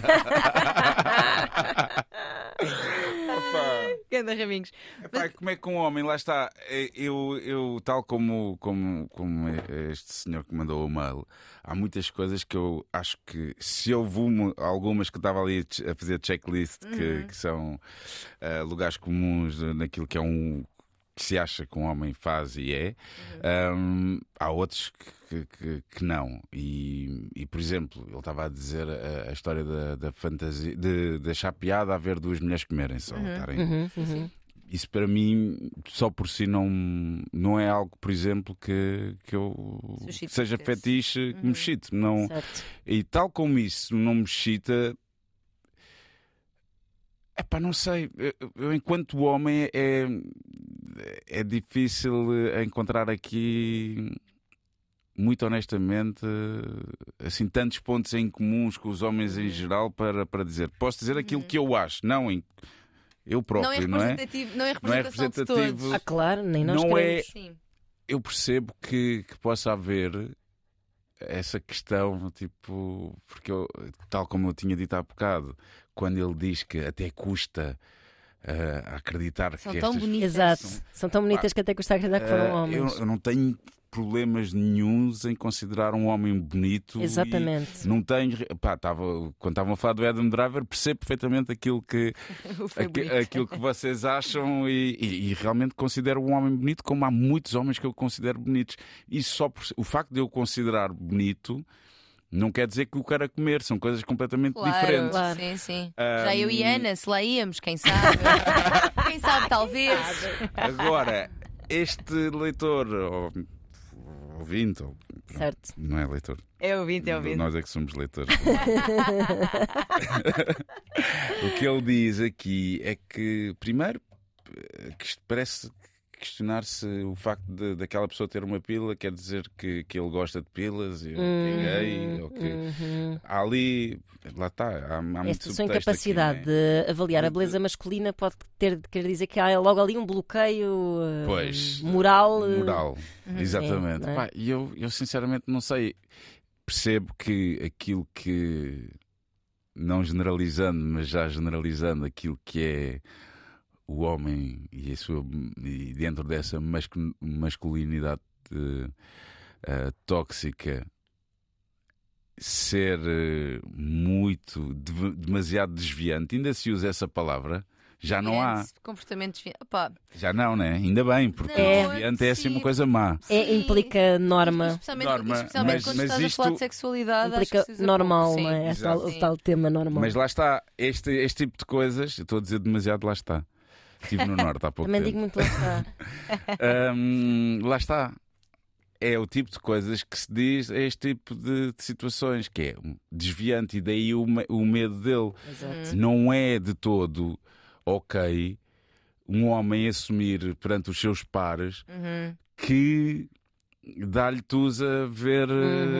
Ganda Raminhos. Epá, como é que um homem, lá está, eu tal como este senhor que mandou o mail, há muitas coisas que eu acho que se houve algumas que estava ali a fazer checklist, que são lugares comuns naquilo que é que se acha que um homem faz e é, há outros que não. E, por exemplo, ele estava a dizer a história da fantasia, de achar piada a ver 2 mulheres comerem só. Estarem. Isso para mim, só por si, não é algo, por exemplo, que eu Suscita seja interesse. fetiche que me excite. Não, Certo. e tal como isso não me excita. Epá, não sei, eu enquanto homem é difícil encontrar aqui, muito honestamente, assim, tantos pontos em comuns com os homens em geral para dizer. Posso dizer aquilo que eu acho, eu próprio, Não é não é? representativo, não é Não é representação de representativo. todos. Claro, nem nós Não queremos. Sim. Eu percebo que possa haver essa questão, tipo, porque tal como eu tinha dito há bocado, quando ele diz que até custa acreditar São que tão estas bonitas. Exato. São tão bonitas que até custa acreditar que foram homens. eu não tenho problemas nenhuns em considerar um homem bonito. Exatamente. E não tenho. Quando estavam a falar do Adam Driver, percebo perfeitamente aquilo que vocês acham e realmente considero um homem bonito, como há muitos homens que eu considero bonitos. E só o facto de eu considerar bonito não quer dizer que o quero comer, são coisas completamente diferentes. Claro. Sim. Já eu e Ana, se lá íamos, quem sabe? Quem sabe, talvez. Agora, este leitor, ou ouvinte, Certo. não é leitor. É ouvinte. Nós é que somos leitores. O que ele diz aqui é que, primeiro, que isto parece questionar-se o facto daquela pessoa ter uma pila, quer dizer que ele gosta de pilas e que é gay, ou que há ali, lá está, há muito Esta sua subtexto incapacidade aqui, não é? de avaliar a beleza masculina pode querer dizer que há logo ali um bloqueio Pois, moral. moral, exatamente. não é? Pá, e eu sinceramente não sei. Percebo que aquilo que, não generalizando, mas já generalizando aquilo que é o homem e dentro dessa masculinidade tóxica, ser demasiado desviante, ainda se usa essa palavra, já não há. Comportamentos. Opá, Já não, né? Ainda bem, porque Não, desviante é assim sim. uma coisa má. Implica norma. Especialmente mas quando estás a falar de sexualidade. Implica acho que se usa normal, pouco. não é? Exato. O tal tema normal. Mas lá está, este tipo de coisas, eu estou a dizer demasiado, lá está. Estive no Norte há pouco Também tempo. digo muito lá está. Lá está. É o tipo de coisas que se diz a este tipo de situações, que é desviante, e daí o medo dele. Exato. Não é de todo ok um homem assumir perante os seus pares que dá-lhe tusa ver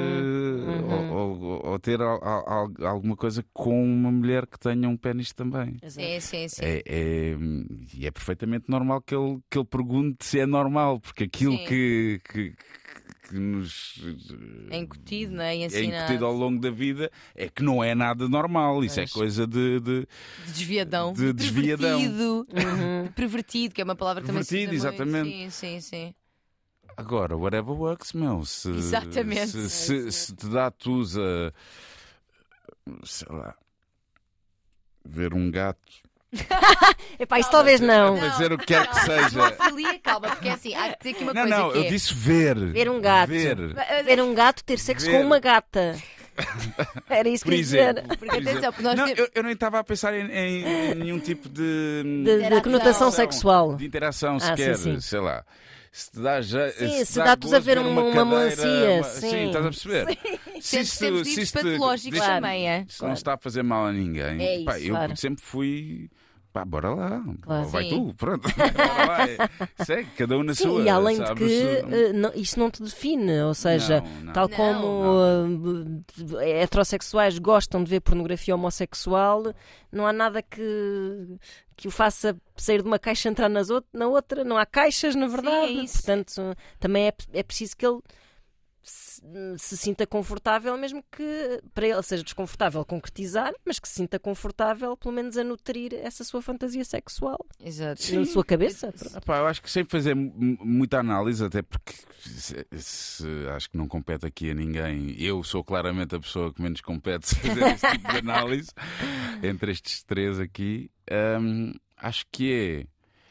ou ter alguma coisa com uma mulher que tenha um pénis também. Sim. E é perfeitamente normal que ele pergunte se é normal, porque aquilo que nos é incutido, não é? E é incutido ao longo da vida é que não é nada normal. Isso é coisa de desviadão, de desviadão. Pervertido, que é uma palavra que também se usa exatamente. muito. Sim. Agora, whatever works, meu. Exatamente. Se te dá tusa, sei lá, ver um gato. Epá, isso talvez não. Fazer o que quer que seja. Zoofilia, calma, porque é assim, há que dizer aqui uma coisa. Não, que eu disse ver. Ver um gato. Ver um gato ter sexo com uma gata. Era isso que eu ia dizer. Porque atenção, porque nós Não, temos... eu nem estava a pensar em nenhum tipo de conotação sexual. De interação sequer, sim. sei lá. Se te dá se dá-te a ver uma melancia. Sim, estás a perceber? Temos livros patológicos também, é? Se não está a fazer mal a ninguém, É isso, pá, eu claro. sempre fui. Pá, bora lá. Claro. Vai Sim. tu, pronto. Bora lá. Segue, cada um na Sim, sua. e além de sabes? que isso não te define, ou seja, Não. tal como heterossexuais gostam de ver pornografia homossexual, não há nada que o faça sair de uma caixa e entrar na outra, não há caixas, na verdade. Sim, é isso. Portanto, também é preciso que ele se sinta confortável, mesmo que para ele seja desconfortável concretizar, mas que se sinta confortável pelo menos a nutrir essa sua fantasia sexual Exato. na sua cabeça. Epá, eu acho que sempre fazer muita análise, até porque acho que não compete aqui a ninguém. Eu sou claramente a pessoa que menos compete fazer esse tipo de análise entre estes três aqui. Acho que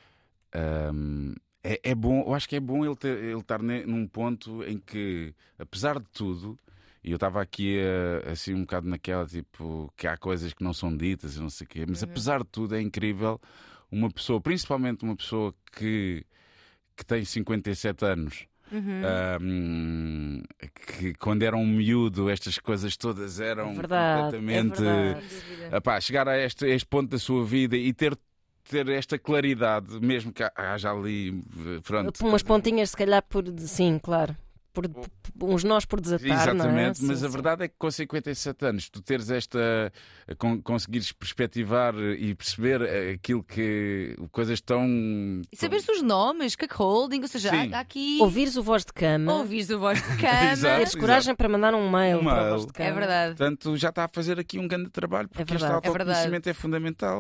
é bom, eu acho que é bom ele estar num ponto em que, apesar de tudo, e eu estava aqui assim um bocado naquela, tipo, que há coisas que não são ditas e não sei o quê, mas apesar de tudo é incrível uma pessoa, principalmente uma pessoa que tem 57 anos, que quando era um miúdo estas coisas todas eram completamente... Epá, chegar a este ponto da sua vida e ter esta claridade, mesmo que haja ali, pronto, umas pontinhas, se calhar, sim, claro. Uns nós por desatar. Exatamente, não é? mas a verdade é que com 57 anos tu teres conseguires perspectivar e perceber aquilo que coisas tão... E saber-se os nomes, cuckolding, ou seja, há aqui... Ouvires o voz de cama. Ouvires o voz de cama. Teres coragem para mandar um mail para o voz de cama. É verdade. Portanto, já está a fazer aqui um grande trabalho, porque este verdade. autoconhecimento é fundamental.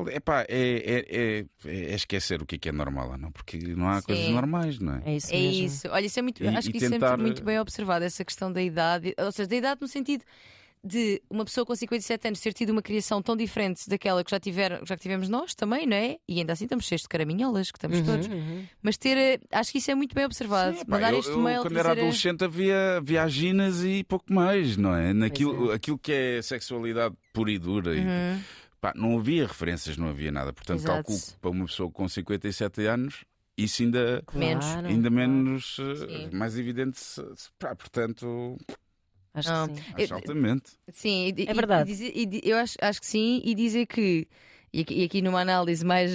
É esquecer o que é normal ou não, porque não há coisas normais, não é? É isso É mesmo. isso. Olha, isso é muito, acho que isso tentar... é muito bem observado, essa questão da idade, ou seja, da idade no sentido de uma pessoa com 57 anos ter tido uma criação tão diferente daquela que já tivemos nós também, não é? E ainda assim estamos cheios de caraminholas, que estamos todos. Mas acho que isso é muito bem observado. Sim, mandar este mail. Quando era adolescente havia aginas e pouco mais, não é? Aquilo que é sexualidade pura e dura. Não havia referências, não havia nada. Portanto, calculo que para uma pessoa com 57 anos. Isso ainda menos, mais evidente. Portanto, Acho altamente. Sim, é verdade. Eu acho que sim, e dizer que, e aqui numa análise mais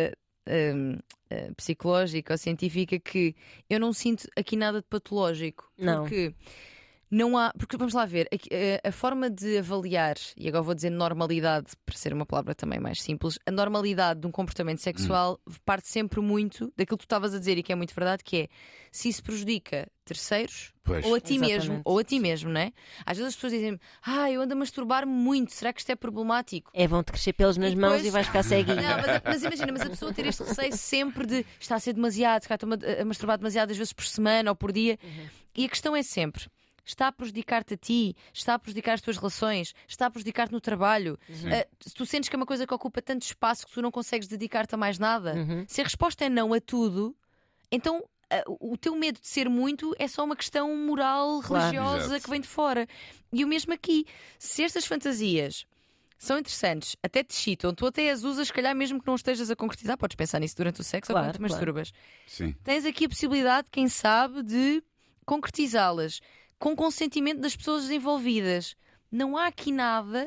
psicológica ou científica, que eu não sinto aqui nada de patológico. Não. Porque não há. Porque vamos lá ver, a forma de avaliar, e agora vou dizer normalidade, para ser uma palavra também mais simples, a normalidade de um comportamento sexual parte sempre muito daquilo que tu estavas a dizer, e que é muito verdade, que é se isso prejudica terceiros ou a ti mesmo, não é? Às vezes as pessoas dizem: eu ando a masturbar muito, será que isto é problemático? Vão-te crescer pelos nas mãos e vais ficar ceguinho. Mas imagina, a pessoa ter este receio sempre de está a ser demasiado, se calhar estou a masturbar demasiadas vezes por semana ou por dia, e a questão é sempre: está a prejudicar-te a ti? Está a prejudicar as tuas relações? Está a prejudicar-te no trabalho? Se tu sentes que é uma coisa que ocupa tanto espaço que tu não consegues dedicar-te a mais nada, se a resposta é não a tudo, então o teu medo de ser muito é só uma questão moral, religiosa, que vem de fora. E o mesmo aqui. Se estas fantasias são interessantes, até te excitam, tu até as usas, se calhar mesmo que não estejas a concretizar, podes pensar nisso durante o sexo ou quando te masturbas. Sim. Tens aqui a possibilidade, quem sabe, de concretizá-las com consentimento das pessoas envolvidas. Não há aqui nada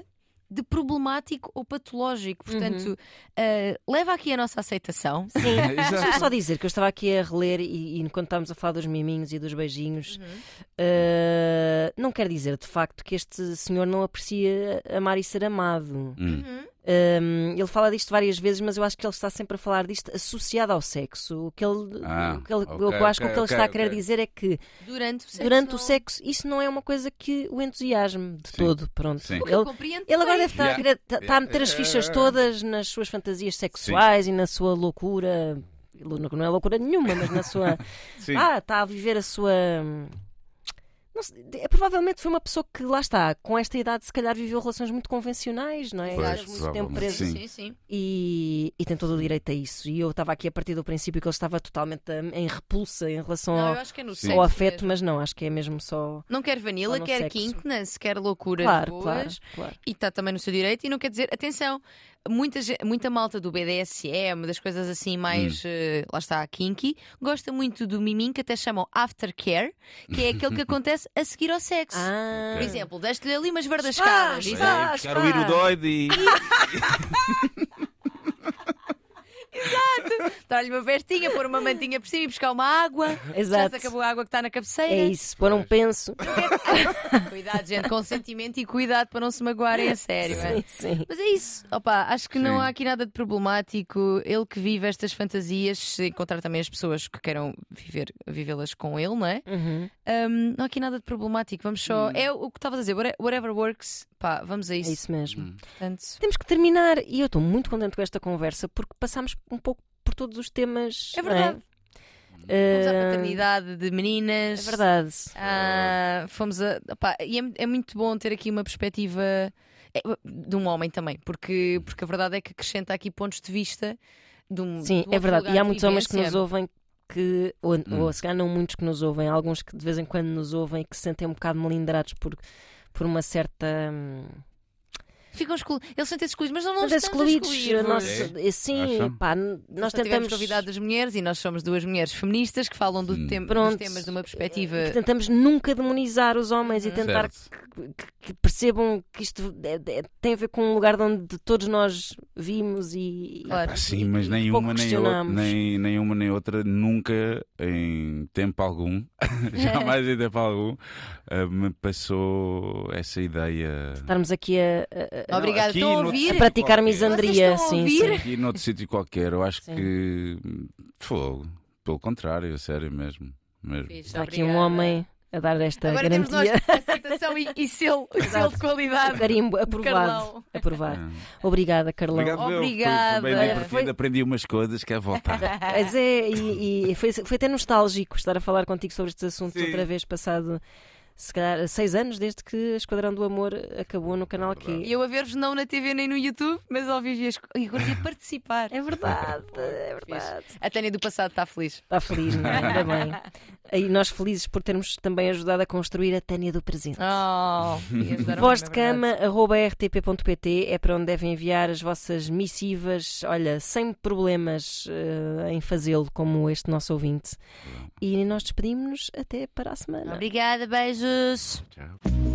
de problemático ou patológico. Portanto, leva aqui a nossa aceitação. Sim, deixa-me só dizer que eu estava aqui a reler e enquanto estávamos a falar dos miminhos e dos beijinhos, não quer dizer de facto que este senhor não aprecia amar e ser amado. Ele fala disto várias vezes, mas eu acho que ele está sempre a falar disto associado ao sexo. O que ele está a querer dizer é que durante o sexo isso não é uma coisa que o entusiasme de todo. Pronto. Ele agora deve estar a meter as fichas todas nas suas fantasias sexuais e na sua loucura. Não é loucura nenhuma, mas na sua. Está a viver a sua. Não sei, provavelmente foi uma pessoa que, lá está, com esta idade, se calhar viveu relações muito convencionais, não é? Muito tempo preso. Sim. E tem todo o direito a isso. E eu estava aqui a partir do princípio que ele estava totalmente em repulsa em relação ao afeto, mas não, acho que é mesmo só. Não quer vanilla, quer sexo. Kinkness, quer loucuras boas. Claro. E está também no seu direito. E não quer dizer, atenção, muita malta do BDSM, das coisas assim mais, lá está, kinky, gosta muito do miminho que até chamam aftercare, que é aquele que acontece a seguir ao sexo. Por exemplo, deste-lhe ali umas verdascadas. Buscar o irodoide e... Exato! Dar-lhe uma vestinha, pôr uma mantinha por cima e buscar uma água. Exato. Já se acabou a água que está na cabeceira. É isso, pôr um penso. Cuidado, gente, consentimento e cuidado para não se magoarem a sério. Sim. Mas é isso. Opa, acho que não há aqui nada de problemático. Ele que vive estas fantasias, se encontrar também as pessoas que queiram vivê-las com ele, não é? Não há aqui nada de problemático. Vamos só. É o que estavas a dizer, whatever works. Pá, vamos a isso. É isso mesmo. Portanto... Temos que terminar, e eu estou muito contente com esta conversa porque passámos um pouco por todos os temas. É verdade. Fomos à paternidade de meninas. É verdade. Fomos a. Opá, e é muito bom ter aqui uma perspectiva de um homem também, porque a verdade é que acrescenta aqui pontos de vista de um. Sim, de um é verdade. E há muitos homens que nos ouvem. ouvem ou se calhar não muitos que nos ouvem, alguns que de vez em quando nos ouvem que se sentem um bocado melindrados por uma certa. Eles sentem-se excluídos, mas não Sentem-se estamos excluídos. Sim, pá, nós tentamos convidar das mulheres e nós somos duas mulheres feministas que falam dos temas de uma perspectiva. Tentamos nunca demonizar os homens e tentar que percebam que isto tem a ver com um lugar de onde todos nós vimos e. Claro. Sim, mas nenhuma nem outra nunca em tempo algum, jamais em tempo algum, me passou essa ideia. Estarmos aqui Obrigada, estão a ouvir? A praticar misandria, sim. Aqui noutro sítio qualquer, eu acho que pelo contrário, a sério mesmo. Está aqui um homem a dar esta agora garantia. Temos nós aceitação e selo de qualidade. Carimbo, aprovado. Obrigada, Carlão. Obrigada. Foi bem divertido, aprendi umas coisas, quero voltar. Mas e foi até nostálgico estar a falar contigo sobre estes assuntos outra vez, passado se calhar 6 anos desde que Esquadrão do Amor acabou no canal Q. E eu a ver-vos não na TV nem no YouTube, mas ao vivo e agora ia participar. É verdade, é verdade. A Tânia do passado está feliz. Está feliz, não é? Ainda bem. E nós felizes por termos também ajudado a construir a Tânia do presente. vozdecama@rtp.pt é para onde devem enviar as vossas missivas, olha, sem problemas em fazê-lo, como este nosso ouvinte. E nós despedimos-nos até para a semana. Obrigada, beijos. Tchau.